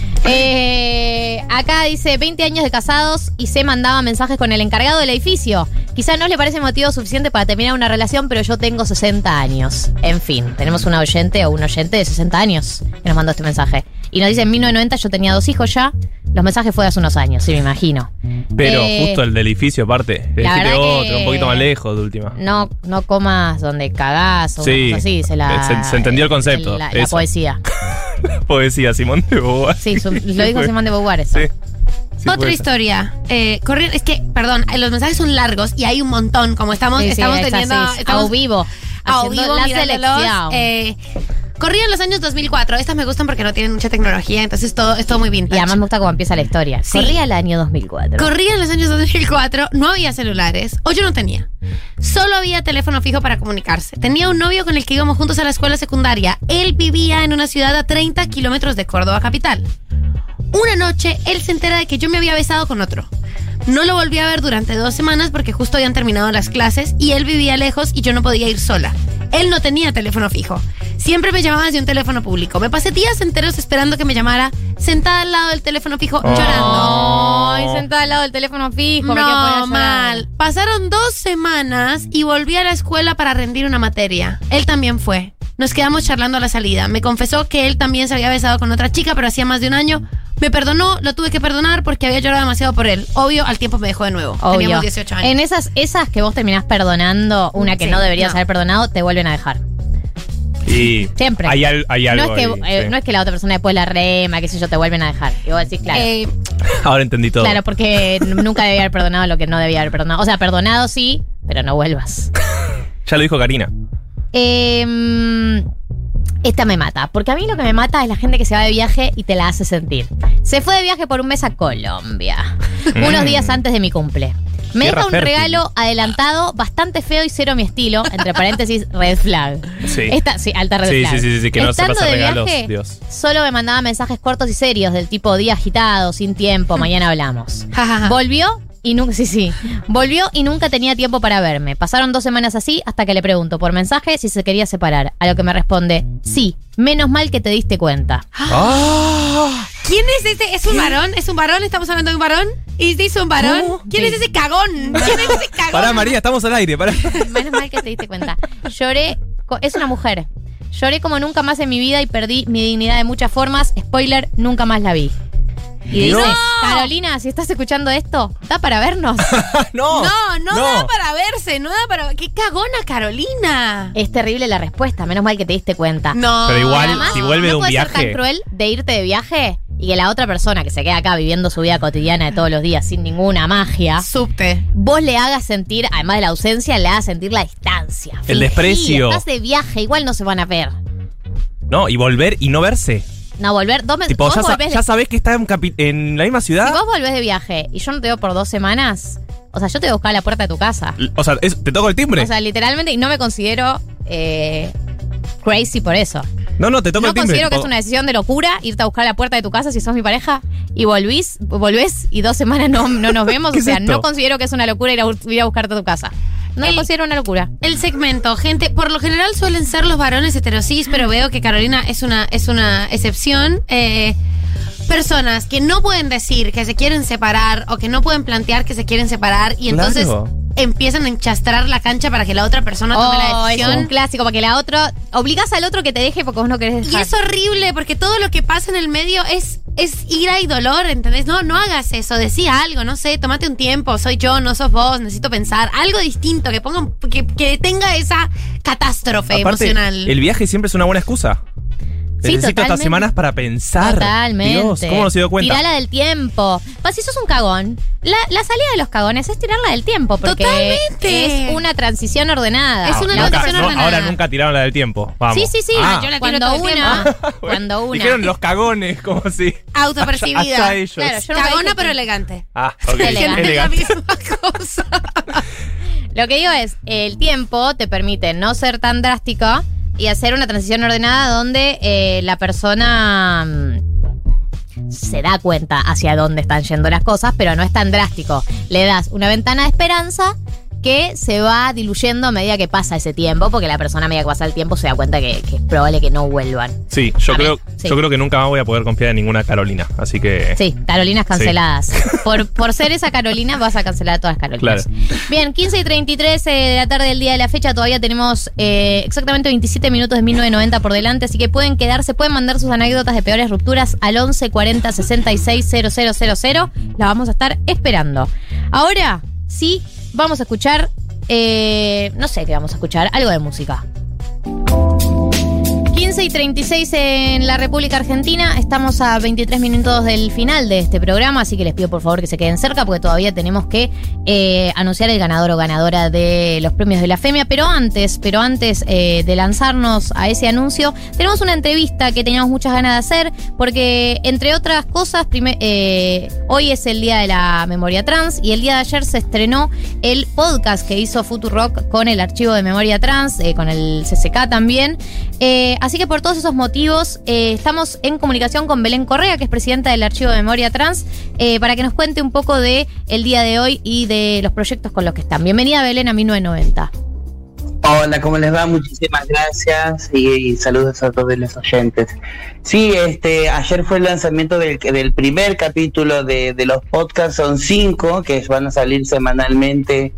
Acá dice 20 años de casados y se mandaba mensajes con el encargado del edificio. Quizá no le parece motivo suficiente para terminar una relación, pero yo tengo 60 años. En fin, tenemos una oyente o un oyente de 60 años que nos mandó este mensaje. Y nos dice, en 1990 yo tenía 2 hijos ya. Los mensajes fue hace unos años, sí, me imagino. Pero justo el del edificio aparte. la Elegiste verdad otro, que un poquito más lejos de última. No comas donde cagás o Sí, una cosa así. se entendió el concepto, La eso. poesía. Poesía, Simón de Beauvoir. Sí, lo dijo Simón de Beauvoir eso. Sí. Sí, Otra puede ser. historia. Es que, perdón, los mensajes son largos y hay un montón. Como estamos Sí, teniendo. así, a vivo. Haciendo la mirándolos, selección. Corrían los años 2004. Estas me gustan porque no tienen mucha tecnología, entonces es todo muy Y vintage. además me gusta cómo empieza la historia. Sí. Corría el año 2004. Corrían los años 2004, no había celulares, o yo no tenía. Solo había teléfono fijo para comunicarse. Tenía un novio con el que íbamos juntos a la escuela secundaria. Él vivía en una ciudad a 30 kilómetros de Córdoba capital. Una noche, él se entera de que yo me había besado con otro. No lo volví a ver durante 2 semanas porque justo habían terminado las clases y él vivía lejos y yo no podía ir sola. Él no tenía teléfono fijo. Siempre me llamaba desde un teléfono público. Me pasé días enteros esperando que me llamara, sentada al lado del teléfono fijo, llorando. Ay, sentada al lado del teléfono fijo. me quiero poner a No, llorar. mal. Pasaron 2 semanas y volví a la escuela para rendir una materia. Él también fue. Nos quedamos charlando a la salida. Me confesó que él también se había besado con otra chica, pero hacía más de un año. Me perdonó, lo tuve que perdonar porque había llorado demasiado por él. Obvio, al tiempo me dejó de nuevo. Obvio. Teníamos 18 años. En esas que vos terminás perdonando, una que Sí, no deberías no. haber perdonado, te vuelven a dejar. Y Siempre. hay algo No es, que, ahí, sí. no es que la otra persona después la rema, qué sé yo, te vuelven a dejar. Y vos decís, claro. Ahora entendí todo. Claro, porque nunca debía haber perdonado lo que no debía haber perdonado. O sea, perdonado sí, pero no vuelvas. Ya lo dijo Karina. Esta me mata, porque a mí lo que me mata es la gente que se va de viaje y te la hace sentir. Se fue de viaje por un mes a Colombia, unos días antes de mi cumple. Me Tierra deja un fértil. regalo adelantado, bastante feo y cero mi estilo, entre paréntesis, red flag. Sí. Sí, alta red Sí, flag. sí, que no se Estando pasa de regalos, viaje, Dios. solo me mandaba mensajes cortos y serios, del tipo día agitado, sin tiempo, mañana hablamos. Ja, ja, ja. Volvió y nunca, volvió y nunca tenía tiempo para verme. Pasaron 2 semanas así hasta que le pregunto por mensaje si se quería separar. A lo que me responde, sí, menos mal que te diste cuenta. ¡Ah! ¿Quién es ese? ¿Es un varón? ¿Es un varón? ¿Estamos hablando de un varón? ¿Y se hizo un varón? ¿Quién Sí. es ese cagón? ¿Quién es ese cagón? Pará, María, estamos al aire, pará. Menos mal que te diste cuenta. Lloré, es una mujer. Lloré como nunca más en mi vida y perdí mi dignidad de muchas formas. Spoiler, nunca más la vi. Y dice, Dios. Carolina, si estás escuchando esto, ¿da para vernos? No, No da para verse, no da para... ¡Qué cagona, Carolina! Es terrible la respuesta, menos mal que te diste cuenta. No. Pero igual, Además, si vuelve de no un puede ser viaje. tan cruel de irte de viaje y que la otra persona que se queda acá viviendo su vida cotidiana de todos los días sin ninguna magia, Subte. vos le hagas sentir, además de la ausencia, le hagas sentir la distancia. El Fingí, desprecio. Estás de viaje, igual no se van a ver. No, y volver y no verse. No, volver, dos meses. Tipo, vos volvés ya sabés que está en la misma ciudad. Si vos volvés de viaje y yo no te veo por 2 semanas, o sea, yo te voy a buscar a la puerta de tu casa. O sea, te toco el timbre. O sea, literalmente, y no me considero crazy por eso. No, te toco No el timbre. considero que es una decisión de locura irte a buscar a la puerta de tu casa si sos mi pareja y volvés y 2 semanas no nos vemos. ¿Qué O sea, es esto? no considero que es una locura ir a buscarte a tu casa. No lo considero una locura. El segmento, gente, por lo general suelen ser los varones heterosis, pero veo que Carolina es una excepción. Personas que no pueden decir que se quieren separar o que no pueden plantear que se quieren separar y entonces Claro. empiezan a enchastrar la cancha para que la otra persona tome la Oh, es decisión. un clásico, porque la otra obligas al otro que te deje porque vos no querés Y dejar. es horrible porque todo lo que pasa en el medio es ira y dolor, ¿entendés? No hagas eso, decí algo, no sé, tómate un tiempo, soy yo, no sos vos, necesito pensar, algo distinto, que tenga esa catástrofe Aparte, emocional. el viaje siempre es una buena excusa. Sí, Necesito estas totalmente. semanas para pensar. Totalmente. Dios, ¿cómo no se dio cuenta? Tirala del tiempo. Pues si sos un cagón, la salida de los cagones es tirarla del tiempo. Porque Totalmente. es una transición ordenada. Es una La Nunca- transición no, ordenada. ahora nunca tiraron la del tiempo. Vamos. Sí, Ah, yo la tiro Cuando todo el una, tiempo. cuando una. Dijeron los cagones, como si. Autopercibida. Allá ellos. Claro, yo nunca Cagona dije pero que- elegante. Ah, ok. Elegante. Es la Elegante. misma cosa. Lo que digo es, el tiempo te permite no ser tan drástica y hacer una transición ordenada donde la persona se da cuenta hacia dónde están yendo las cosas, pero no es tan drástico. Le das una ventana de esperanza que se va diluyendo a medida que pasa ese tiempo, porque la persona a medida que pasa el tiempo se da cuenta que es probable que no vuelvan. Sí, yo A creo, ver, sí. yo creo que nunca más voy a poder confiar en ninguna Carolina. Así que. Sí, Carolinas canceladas. Por ser esa Carolina vas a cancelar a todas las Carolinas. Claro. Bien, 15:33 de la tarde del día de la fecha. Todavía tenemos exactamente 27 minutos de 1990 por delante, así que pueden quedarse, pueden mandar sus anécdotas de peores rupturas al 11 40 66 000. La vamos a estar esperando. Ahora, sí, vamos a escuchar, no sé qué vamos a escuchar, algo de música. 15:36 en la República Argentina. Estamos a 23 minutos del final de este programa, así que les pido por favor que se queden cerca porque todavía tenemos que anunciar el ganador o ganadora de los premios de la FEMIA. Pero antes de lanzarnos a ese anuncio, tenemos una entrevista que teníamos muchas ganas de hacer porque, entre otras cosas, hoy es el Día de la Memoria Trans y el día de ayer se estrenó el podcast que hizo Futurock con el archivo de Memoria Trans, con el CCK también. Así que por todos esos motivos estamos en comunicación con Belén Correa, que es presidenta del Archivo de Memoria Trans, para que nos cuente un poco de el día de hoy y de los proyectos con los que están. Bienvenida, Belén, a 1990. Hola, ¿cómo les va? Muchísimas gracias y saludos a todos los oyentes. Sí, ayer fue el lanzamiento del primer capítulo de los podcasts, son 5 que van a salir semanalmente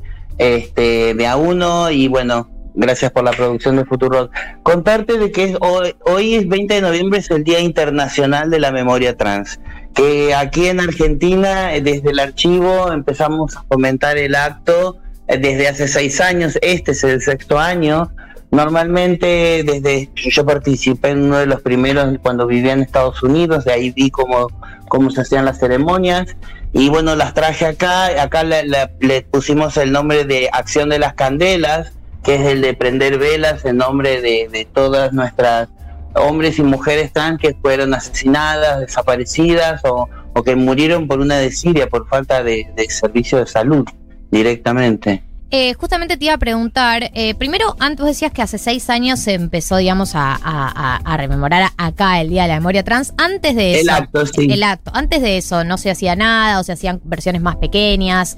de a uno y bueno, gracias por la producción de Futurock. Contarte de que hoy es 20 de noviembre, es el Día Internacional de la Memoria Trans, que aquí en Argentina, desde el archivo, empezamos a fomentar el acto desde hace 6 años, este es el 6º año. Normalmente, yo participé en uno de los primeros cuando vivía en Estados Unidos, de ahí vi cómo se hacían las ceremonias, y bueno, las traje acá le pusimos el nombre de Acción de las Candelas, que es el de prender velas en nombre de todas nuestras hombres y mujeres trans que fueron asesinadas, desaparecidas o que murieron por una desidia, por falta de servicio de salud directamente. Justamente te iba a preguntar, primero, antes vos decías que hace 6 años se empezó, digamos, a rememorar acá el Día de la Memoria Trans. Antes de eso, El acto, sí. El acto. Antes de eso, ¿no se hacía nada o se hacían versiones más pequeñas?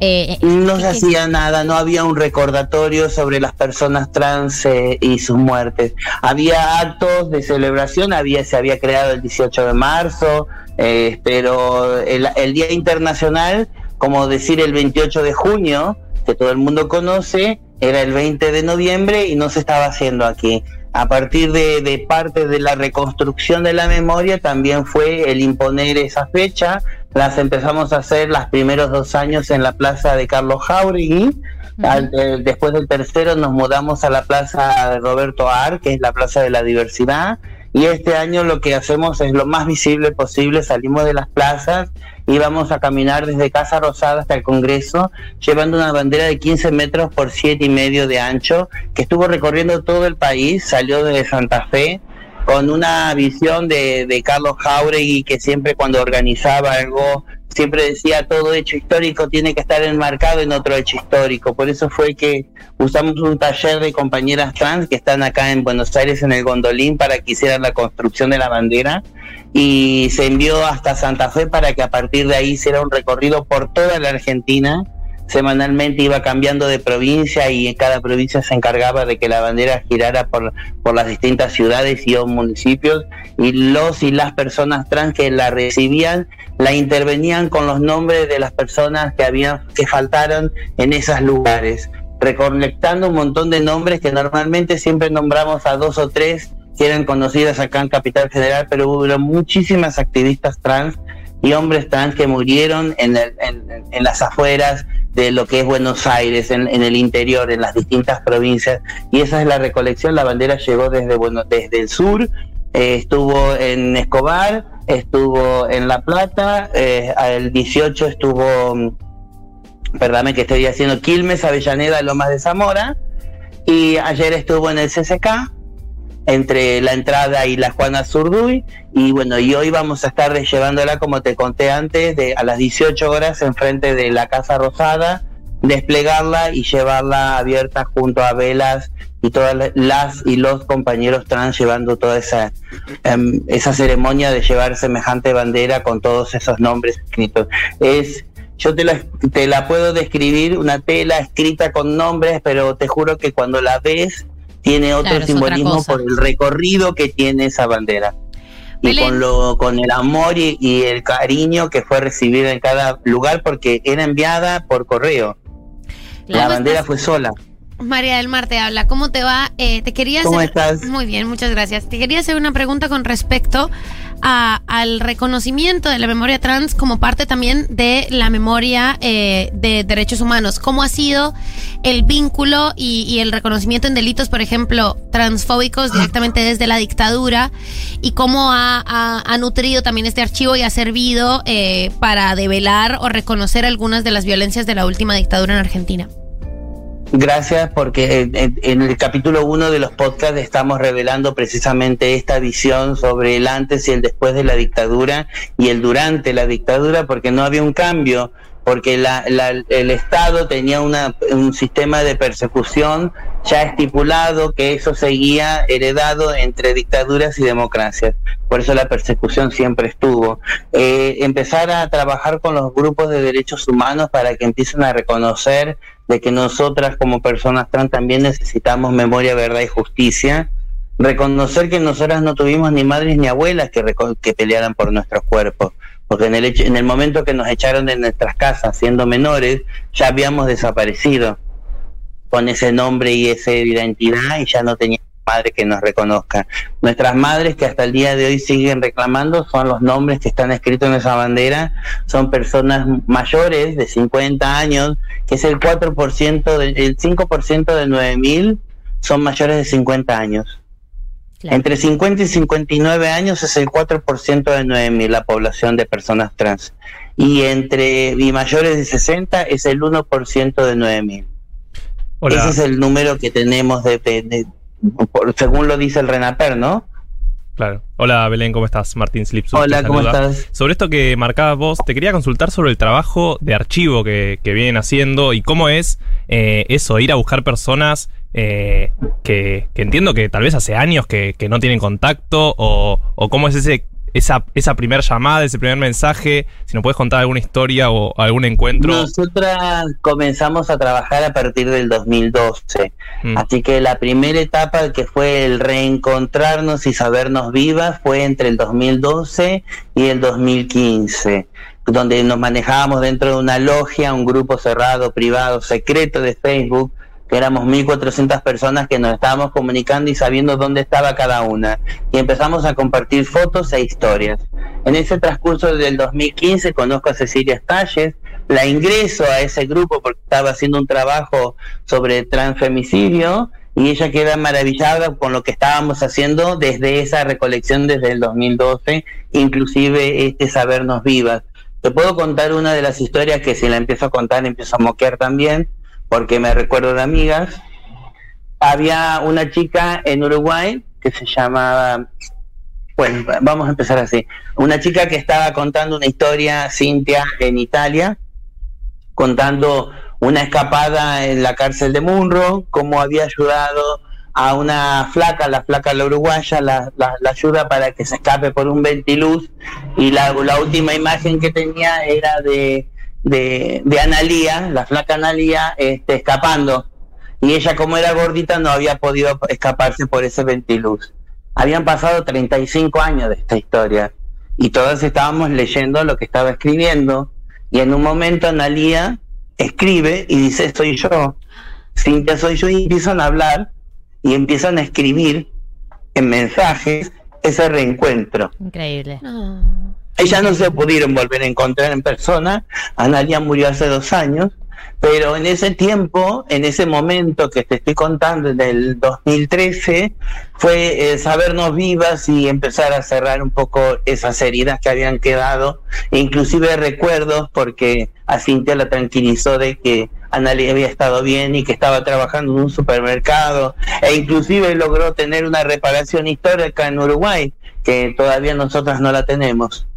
No se hacía nada, no había un recordatorio sobre las personas trans y sus muertes. Había actos de celebración, se había creado el 18 de marzo, pero el Día Internacional, como decir el 28 de junio, que todo el mundo conoce, era el 20 de noviembre y no se estaba haciendo aquí. A partir de parte de la reconstrucción de la memoria también fue el imponer esa fecha. Las empezamos a hacer los primeros 2 años en la plaza de Carlos Jauregui. Después del tercero nos mudamos a la plaza de Roberto Ar, que es la plaza de la diversidad. Y este año lo que hacemos es lo más visible posible, salimos de las plazas y vamos a caminar desde Casa Rosada hasta el Congreso, llevando una bandera de 15 metros por 7,5 de ancho, que estuvo recorriendo todo el país, salió desde Santa Fe, con una visión de Carlos Jauregui, que siempre cuando organizaba algo, siempre decía todo hecho histórico tiene que estar enmarcado en otro hecho histórico. Por eso fue que usamos un taller de compañeras trans que están acá en Buenos Aires en el Gondolín para que hicieran la construcción de la bandera, y se envió hasta Santa Fe para que a partir de ahí hiciera un recorrido por toda la Argentina. Semanalmente iba cambiando de provincia y en cada provincia se encargaba de que la bandera girara por las distintas ciudades y o municipios, y los y las personas trans que la recibían la intervenían con los nombres de las personas que faltaron en esos lugares, recolectando un montón de nombres que normalmente siempre nombramos a 2 o 3 que eran conocidas acá en Capital Federal, pero hubo muchísimas activistas trans y hombres trans que murieron en las afueras de lo que es Buenos Aires, en el interior, en las distintas provincias, y esa es la recolección. La bandera llegó desde el sur, estuvo en Escobar, estuvo en La Plata, el 18 estuvo, perdóname que estoy haciendo Quilmes, Avellaneda, Lomas de Zamora, y ayer estuvo en el CCK, entre la entrada y la Juana Zurduy, y bueno, y hoy vamos a estar llevándola, como te conté antes, a las 18 horas enfrente de la Casa Rosada, desplegarla y llevarla abierta junto a velas y todas las y los compañeros trans llevando toda esa ceremonia de llevar semejante bandera con todos esos nombres escritos. Yo te la puedo describir, una tela escrita con nombres, pero te juro que cuando la ves tiene otro simbolismo por el recorrido que tiene esa bandera. Y con el amor y el cariño que fue recibida en cada lugar, porque era enviada por correo. La bandera fue sola. María del Mar te habla. ¿Cómo te va? ¿Cómo estás? Muy bien, muchas gracias. Te quería hacer una pregunta con respecto al reconocimiento de la memoria trans como parte también de la memoria de derechos humanos. ¿Cómo ha sido el vínculo y el reconocimiento en delitos, por ejemplo, transfóbicos directamente desde la dictadura, y cómo ha nutrido también este archivo y ha servido para develar o reconocer algunas de las violencias de la última dictadura en Argentina? Gracias, porque en el capítulo 1 de los podcasts estamos revelando precisamente esta visión sobre el antes y el después de la dictadura y el durante la dictadura, porque no había un cambio, porque el Estado tenía un sistema de persecución ya estipulado, que eso seguía heredado entre dictaduras y democracias. Por eso la persecución siempre estuvo. Empezar a trabajar con los grupos de derechos humanos para que empiecen a reconocer de que nosotras como personas trans también necesitamos memoria, verdad y justicia. Reconocer que nosotras no tuvimos ni madres ni abuelas que pelearan por nuestros cuerpos, porque en el momento que nos echaron de nuestras casas siendo menores, ya habíamos desaparecido con ese nombre y esa identidad, y ya no teníamos madre que nos reconozca. Nuestras madres, que hasta el día de hoy siguen reclamando, son los nombres que están escritos en esa bandera, son personas mayores de 50 años, que es el 4%, el 5% de 9.000 son mayores de 50 años. Claro. Entre 50 y 59 años es el 4% de 9.000 la población de personas trans, y mayores de 60 es el 1% de 9.000. Ese es el número que tenemos según lo dice el RENAPER, ¿no? Claro. Hola Belén, ¿cómo estás? Martín Slipsus. Hola, ¿cómo estás? Sobre esto que marcabas vos, te quería consultar sobre el trabajo de archivo que vienen haciendo y cómo es eso, ir a buscar personas que entiendo que tal vez hace años que no tienen contacto, o cómo es esa primera llamada, ese primer mensaje, si nos puedes contar alguna historia o algún encuentro. Nosotras comenzamos a trabajar a partir del 2012, así que la primera etapa, que fue el reencontrarnos y sabernos vivas, fue entre el 2012 y el 2015, donde nos manejábamos dentro de una logia, un grupo cerrado, privado, secreto de Facebook, que éramos 1.400 personas que nos estábamos comunicando y sabiendo dónde estaba cada una. Y empezamos a compartir fotos e historias. En ese transcurso del 2015 conozco a Cecilia Stalles, la ingreso a ese grupo porque estaba haciendo un trabajo sobre transfemicidio y ella queda maravillada con lo que estábamos haciendo desde esa recolección desde el 2012, inclusive Sabernos Vivas. Te puedo contar una de las historias que si la empiezo a contar empiezo a moquear también, porque me recuerdo de amigas. Había una chica en Uruguay que se llamaba, bueno, vamos a empezar así, una chica que estaba contando una historia, Cintia, en Italia, contando una escapada en la cárcel de Munro, cómo había ayudado a una flaca, la uruguaya, la ayuda para que se escape por un ventiluz, y la última imagen que tenía era de Analía, la flaca Analía, escapando, y ella, como era gordita, no había podido escaparse por ese ventiluz. Habían pasado 35 años de esta historia y todas estábamos leyendo lo que estaba escribiendo, y en un momento Analía escribe y dice: soy yo, Cintia soy yo, y empiezan a hablar y empiezan a escribir en mensajes ese reencuentro. Increíble. Ellas no se pudieron volver a encontrar en persona. Analía murió hace 2 años, pero en ese tiempo, en ese momento que te estoy contando, en el 2013, fue Sabernos Vivas y empezar a cerrar un poco esas heridas que habían quedado, e inclusive recuerdos, porque a Cintia la tranquilizó de que Analía había estado bien y que estaba trabajando en un supermercado, e inclusive logró tener una reparación histórica en Uruguay, que todavía nosotras no la tenemos.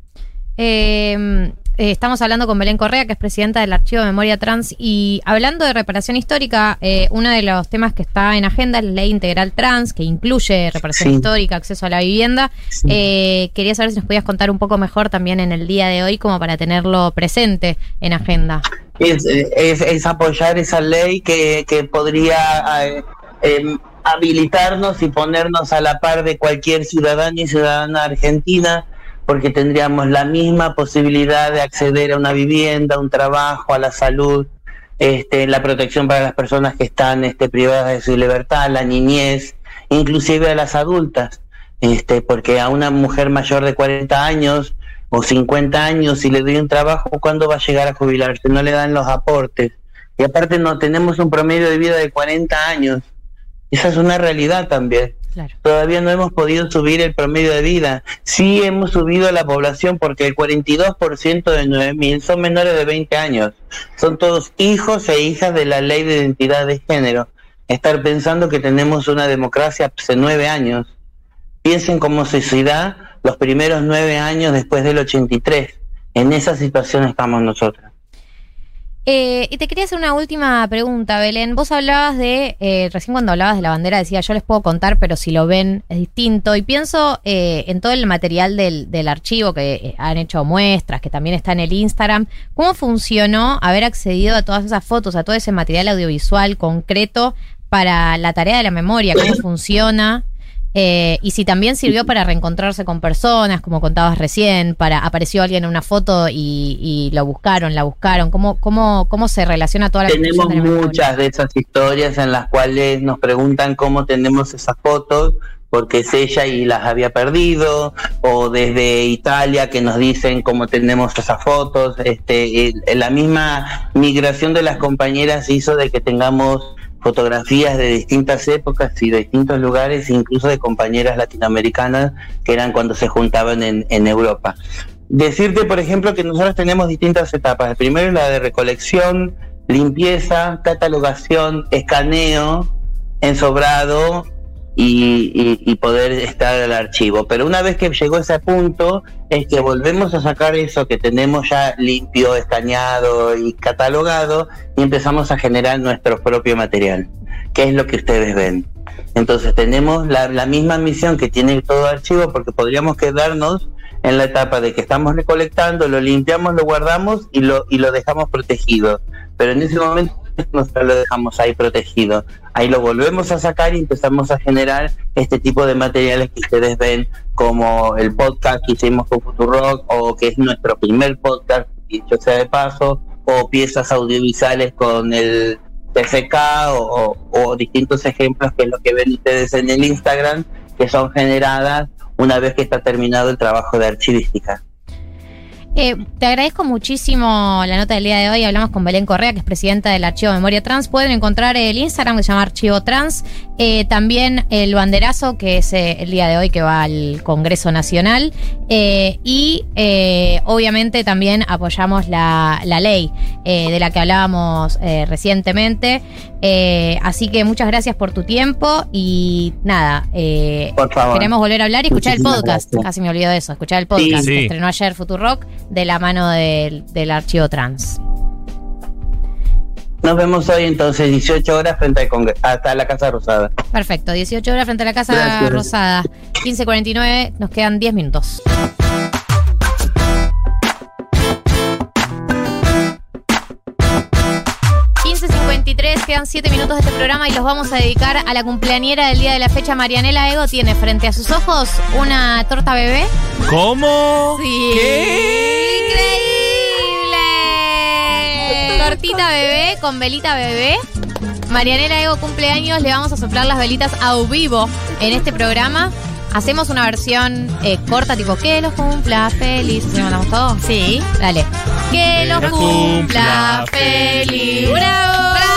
Estamos hablando con Belén Correa, que es presidenta del Archivo de Memoria Trans, y hablando de reparación histórica, uno de los temas que está en agenda es la Ley Integral Trans, que incluye reparación histórica, acceso a la vivienda. Quería saber si nos podías contar un poco mejor también en el día de hoy, como para tenerlo presente en agenda. Es apoyar esa ley que podría habilitarnos y ponernos a la par de cualquier ciudadano y ciudadana argentina, porque tendríamos la misma posibilidad de acceder a una vivienda, a un trabajo, a la salud, la protección para las personas que están privadas de su libertad, la niñez, inclusive a las adultas, porque a una mujer mayor de 40 años o 50 años, si le doy un trabajo, ¿cuándo va a llegar a jubilarse? No le dan los aportes. Y aparte no tenemos un promedio de vida de 40 años. Esa es una realidad también. Claro. Todavía no hemos podido subir el promedio de vida. Sí hemos subido la población, porque el 42% de 9.000 son menores de 20 años. Son todos hijos e hijas de la ley de identidad de género. Estar pensando que tenemos una democracia hace 9 años. Piensen cómo sociedad los primeros 9 años después del 83. En esa situación estamos nosotros. Y te quería hacer una última pregunta, Belén. Vos hablabas recién cuando hablabas de la bandera, decía, yo les puedo contar, pero si lo ven es distinto. Y pienso en todo el material del archivo, que han hecho muestras, que también está en el Instagram. ¿Cómo funcionó haber accedido a todas esas fotos, a todo ese material audiovisual concreto para la tarea de la memoria? ¿Cómo funciona? Y si también sirvió para reencontrarse con personas, como contabas recién, apareció alguien en una foto y la buscaron. ¿Cómo se relaciona toda la Tenemos muchas de esas historias en las cuales nos preguntan cómo tenemos esas fotos, porque es ella y las había perdido, o desde Italia que nos dicen cómo tenemos esas fotos. La misma migración de las compañeras hizo de que tengamos fotografías de distintas épocas y de distintos lugares, incluso de compañeras latinoamericanas que eran cuando se juntaban en Europa. Decirte, por ejemplo, que nosotros tenemos distintas etapas. El primero es la de recolección, limpieza, catalogación, escaneo, ensobrado y poder estar al archivo. Pero una vez que llegó ese punto, es que volvemos a sacar eso que tenemos ya limpio, escaneado y catalogado, y empezamos a generar nuestro propio material, que es lo que ustedes ven. Entonces tenemos la misma misión que tiene todo archivo, porque podríamos quedarnos en la etapa de que estamos recolectando, lo limpiamos, lo guardamos y lo dejamos protegido. Pero en ese momento no lo dejamos ahí protegido. Ahí lo volvemos a sacar y empezamos a generar este tipo de materiales que ustedes ven, como el podcast que hicimos con Futurock, o que es nuestro primer podcast, dicho sea de paso, o piezas audiovisuales con el TFK o distintos ejemplos, que es lo que ven ustedes en el Instagram, que son generadas una vez que está terminado el trabajo de archivística. Te agradezco muchísimo la nota del día de hoy. Hablamos con Belén Correa, que es presidenta del Archivo Memoria Trans. Pueden encontrar el Instagram, que se llama Archivo Trans. También el banderazo, que es el día de hoy, que va al Congreso Nacional. Y obviamente también apoyamos la ley de la que hablábamos recientemente. Así que muchas gracias por tu tiempo. Y nada, Por favor. queremos volver a hablar y escuchar el Muchísimas podcast. gracias. Casi me olvido de eso, escuchar el podcast Sí. que estrenó ayer Futurock, de la mano del Archivo Trans. Nos vemos hoy entonces, 18 horas frente al hasta la Casa Rosada. Perfecto, 18 horas frente a la Casa Gracias. Rosada. 15:49, nos quedan 10 minutos. Quedan 7 minutos de este programa y los vamos a dedicar a la cumpleañera del día de la fecha. Marianela Ego tiene frente a sus ojos una torta bebé. ¿Cómo? Sí. ¿Qué? ¡Increíble! Tortita bebé con velita bebé. Marianela Ego cumpleaños, le vamos a soplar las velitas a vivo en este programa. Hacemos una versión corta, tipo que los cumpla feliz. ¿Sí mandamos todo? Sí. Dale. Que los cumpla feliz. ¡Bravo! ¡Bravo!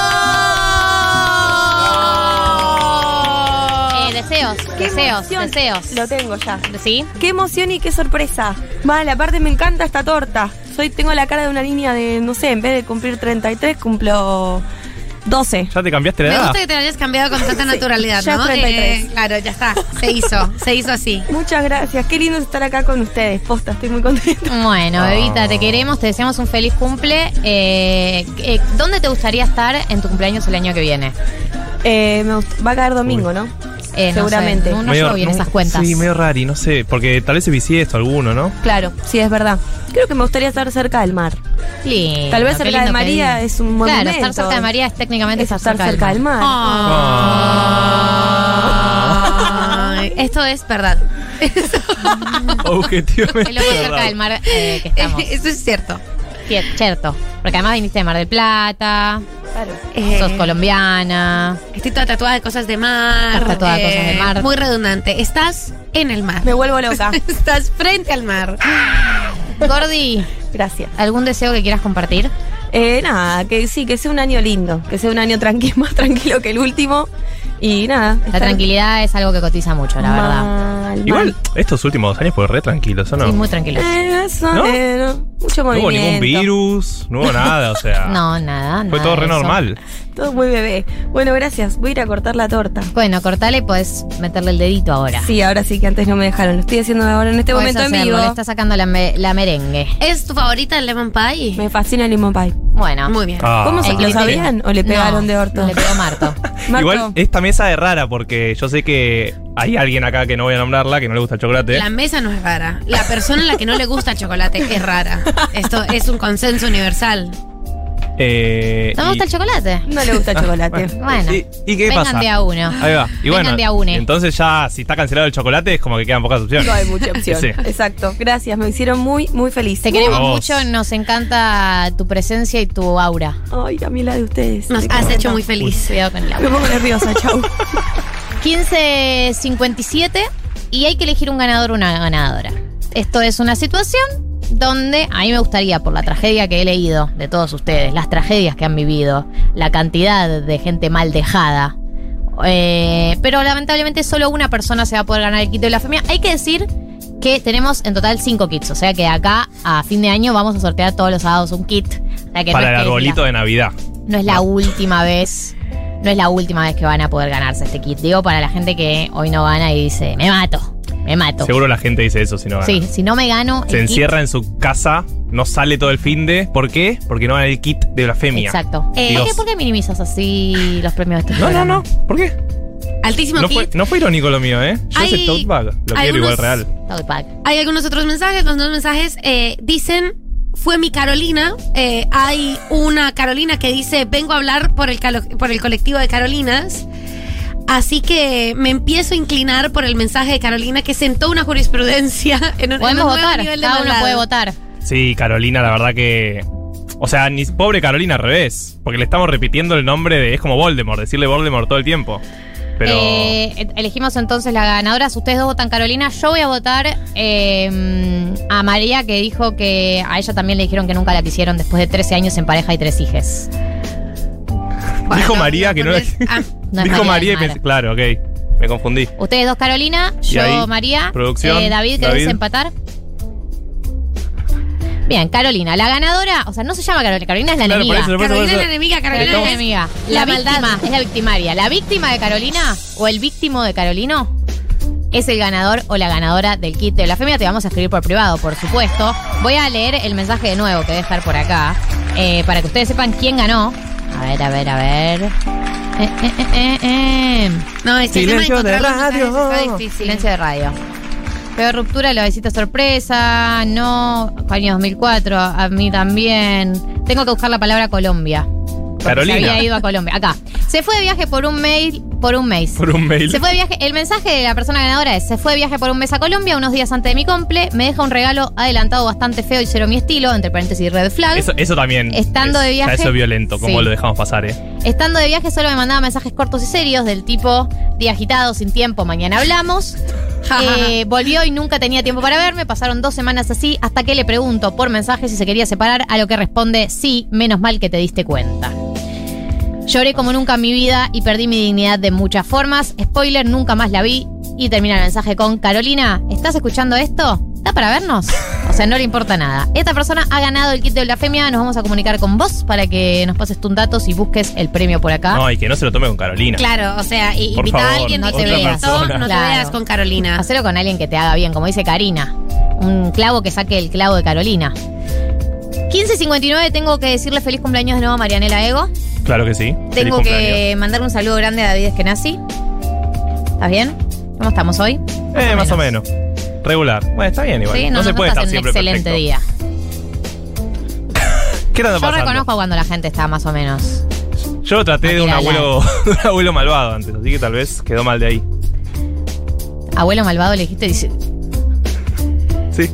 Deseos. Lo tengo ya. ¿Sí? Qué emoción y qué sorpresa. Vale, aparte me encanta esta torta. Tengo la cara de una niña de, no sé, en vez de cumplir 33, cumplo 12. ¿Ya te cambiaste la Me edad? gusta que te lo hayas cambiado con tanta naturalidad, ya ¿no? 33. Claro, ya está. Se hizo así. Muchas gracias. Qué lindo estar acá con ustedes. Posta, estoy muy contenta. Bueno, bebita, te queremos, te deseamos un feliz cumple. ¿Dónde te gustaría estar en tu cumpleaños el año que viene? Va a caer domingo, ¿no? Seguramente. No llevo bien esas cuentas. Sí, medio rari, no sé, porque tal vez se bisiesto alguno, ¿no? Claro, sí, es verdad. Creo que me gustaría estar cerca del mar. Lindo, Tal vez qué cerca lindo de María pedir. es un buen Claro, momento. estar cerca de María es técnicamente Es estar cerca del mar. Ay, esto es verdad. Objetivamente. Es lo más cerca del mar que estamos. Eso es cierto. Cierto. Porque además viniste de Mar del Plata, Claro. sos colombiana. Estoy toda tatuada de cosas de mar. Estás tatuada de cosas de mar. Muy redundante. Estás en el mar. Me vuelvo loca. Estás frente al mar. Gordi, Gracias. ¿algún deseo que quieras compartir? Nada, que sí, que sea un año lindo. Que sea un año más tranquilo que el último. Y nada. La tranquilidad es algo que cotiza mucho, la verdad. Igual, estos últimos 2 años fue re tranquilos, ¿o no? Sí, muy tranquilo. Eso, ¿No? mucho No hubo movimiento. ningún virus, no hubo nada, o sea. No, nada. Fue todo de re eso. normal. Todo muy bebé. Bueno, gracias. Voy a ir a cortar la torta. Bueno, cortale y podés meterle el dedito ahora. Sí, ahora sí, que antes no me dejaron. Lo estoy haciendo ahora en este Podés momento en hacerlo, vivo. le está sacando la merengue. ¿Es tu favorita el lemon pie? Me fascina el limón pie. Bueno. Muy bien. Ah. ¿Cómo se El lo criterio. sabían o le pegaron No, de orto? Le pegó Marto. Marco, Igual esta mesa es rara porque yo sé que hay alguien acá que no voy a nombrarla, que no le gusta el chocolate. La mesa no es rara. La persona a la que no le gusta el chocolate es rara. Esto es un consenso universal. ¿No me y- gusta el chocolate? no le gusta el chocolate. Bueno. ¿Y qué vengan pasa? de a uno. Ahí va. Y bueno, Vengan de a une. entonces ya si está cancelado el chocolate es como que quedan pocas opciones. No hay mucha opción. Sí. Exacto. Gracias, me hicieron muy, muy feliz. Te queremos A vos. mucho, nos encanta tu presencia y tu aura. Ay, también la de ustedes. Nos Me has encanta. hecho muy feliz. Cuidado con el Me aura. pongo nerviosa, chau. 15:57 y hay que elegir un ganador o una ganadora. Esto es una situación donde a mí me gustaría, por la tragedia que he leído de todos ustedes, las tragedias que han vivido, la cantidad de gente mal dejada, pero lamentablemente solo una persona se va a poder ganar el kit de blasfemia. Hay que decir que tenemos en total 5 kits, o sea que acá a fin de año vamos a sortear todos los sábados un kit. O sea que Para no el es que arbolito de Navidad. no es la última vez. No es la última vez que van a poder ganarse este kit. Digo, para la gente que hoy no gana y dice, me mato. Seguro la gente dice eso si no gana. Sí, si no me gano Se el kit. encierra en su casa, no sale todo el finde. ¿Por qué? Porque no gana el kit de blasfemia. Exacto. Dios. ¿Por qué minimizas así los premios de este No, programa? ¿por qué? Altísimo No kit. fue irónico lo mío, ¿eh? Yo Hay ese tote bag lo quiero algunos- igual real. Tote bag. Hay algunos otros mensajes. Los dos mensajes dicen: fue mi Carolina. Hay una Carolina que dice: vengo a hablar por el colectivo de Carolinas. Así que me empiezo a inclinar por el mensaje de Carolina, que sentó una jurisprudencia en un Podemos nuevo votar. nivel de Cada uno maldad. puede votar. Sí, Carolina, la verdad que O sea, ni pobre Carolina al revés. Porque le estamos repitiendo el nombre de. Es como Voldemort, decirle Voldemort todo el tiempo. Pero. Elegimos entonces la ganadora. Si ustedes dos votan Carolina, yo voy a votar a María, que dijo que a ella también le dijeron que nunca la quisieron después de 13 años en pareja y 3 hijos. Dijo María que no la. No es Dijo María María y del pensé. Claro, ok. Me confundí. Ustedes dos Carolina, Y yo ahí, María. producción, David, ¿querés David. empatar? Bien, Carolina, la ganadora, o sea, no se llama Carolina, Carolina es la Claro, por enemiga. eso, por eso, Carolina por es la eso. enemiga, Carolina es la Carolina es enemiga. la La maldad. víctima es la victimaria. La víctima de Carolina o el víctimo de Carolino es el ganador o la ganadora del kit de blasfemia. Te vamos a escribir por privado, por supuesto. Voy a leer el mensaje de nuevo que debe estar por acá, para que ustedes sepan quién ganó. A ver. No, es que el tema de Silencio de encontrar los mensajes radio. fue difícil. Silencio de radio. Peor ruptura, la visita sorpresa. No, año 2004. A mí también. Tengo que buscar la palabra Colombia. Porque Carolina. se había ido a Colombia. Acá. Se fue de viaje por un mes. Por un mail. Se fue de viaje. El mensaje de la persona ganadora es: se fue de viaje por un mes a Colombia unos días antes de mi cumple. Me deja un regalo adelantado bastante feo y cero mi estilo, entre paréntesis red flag. Eso también. Estando de viaje. Ya eso es violento, como Sí. lo dejamos pasar, Estando de viaje solo me mandaba mensajes cortos y serios del tipo: día agitado, sin tiempo, mañana hablamos. Volvió y nunca tenía tiempo para verme. Pasaron 2 semanas así hasta que le pregunto por mensaje si se quería separar, a lo que responde: sí, menos mal que te diste cuenta. Lloré como nunca en mi vida y perdí mi dignidad de muchas formas. Spoiler, nunca más la vi. Y termina el mensaje con: Carolina, ¿estás escuchando esto? ¿Está para vernos? O sea, no le importa nada. Esta persona ha ganado el kit de blasfemia. Nos vamos a comunicar con vos para que nos pases tus datos y busques el premio por acá. No, y que no se lo tome con Carolina. Claro, o sea, Por invita a favor, alguien, no no te te veas. no te Claro. veas con Carolina. Hacelo con alguien que te haga bien, como dice Karina. Un clavo que saque el clavo de Carolina. 15:59, tengo que decirle feliz cumpleaños de nuevo a Marianela Ego. Claro que sí. Feliz Tengo cumpleaños. que mandarle un saludo grande a David Eskenazi. ¿Estás bien? ¿Cómo estamos hoy? Más o menos. Regular. Bueno, está bien igual. Sí, no se puede estás estar en un siempre excelente perfecto. día. ¿Qué anda Yo pasando? reconozco cuando la gente está más o menos. Yo traté de un Aquí la- abuelo, de un abuelo malvado antes, así que tal vez quedó mal de ahí. Abuelo malvado le dijiste. Dice, Sí.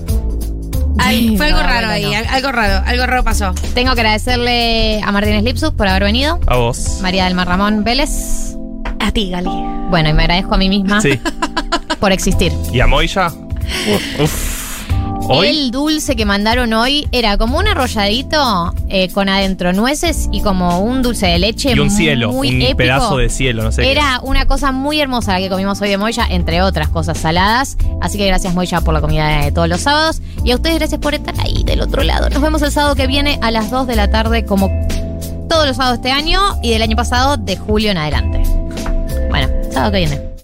Fue algo No, raro bueno, ahí, no. algo raro pasó. tengo que agradecerle a Martínez Lipsus por haber venido. A vos. María del Mar Ramón Vélez. A ti, Gali. Bueno, y me agradezco a mí misma Sí. por existir. ¿Y a Moya? Uf. Hoy. El dulce que mandaron hoy era como un arrolladito con adentro nueces y como un dulce de leche Y un cielo, muy un épico. pedazo de cielo, no sé. Era una cosa muy hermosa la que comimos hoy de Moya, entre otras cosas saladas. Así que gracias, Moya, por la comida de todos los sábados. Y a ustedes gracias por estar ahí del otro lado. Nos vemos el sábado que viene a las 2 de la tarde, como todos los sábados de este año y del año pasado, de julio en adelante. Bueno, sábado que viene.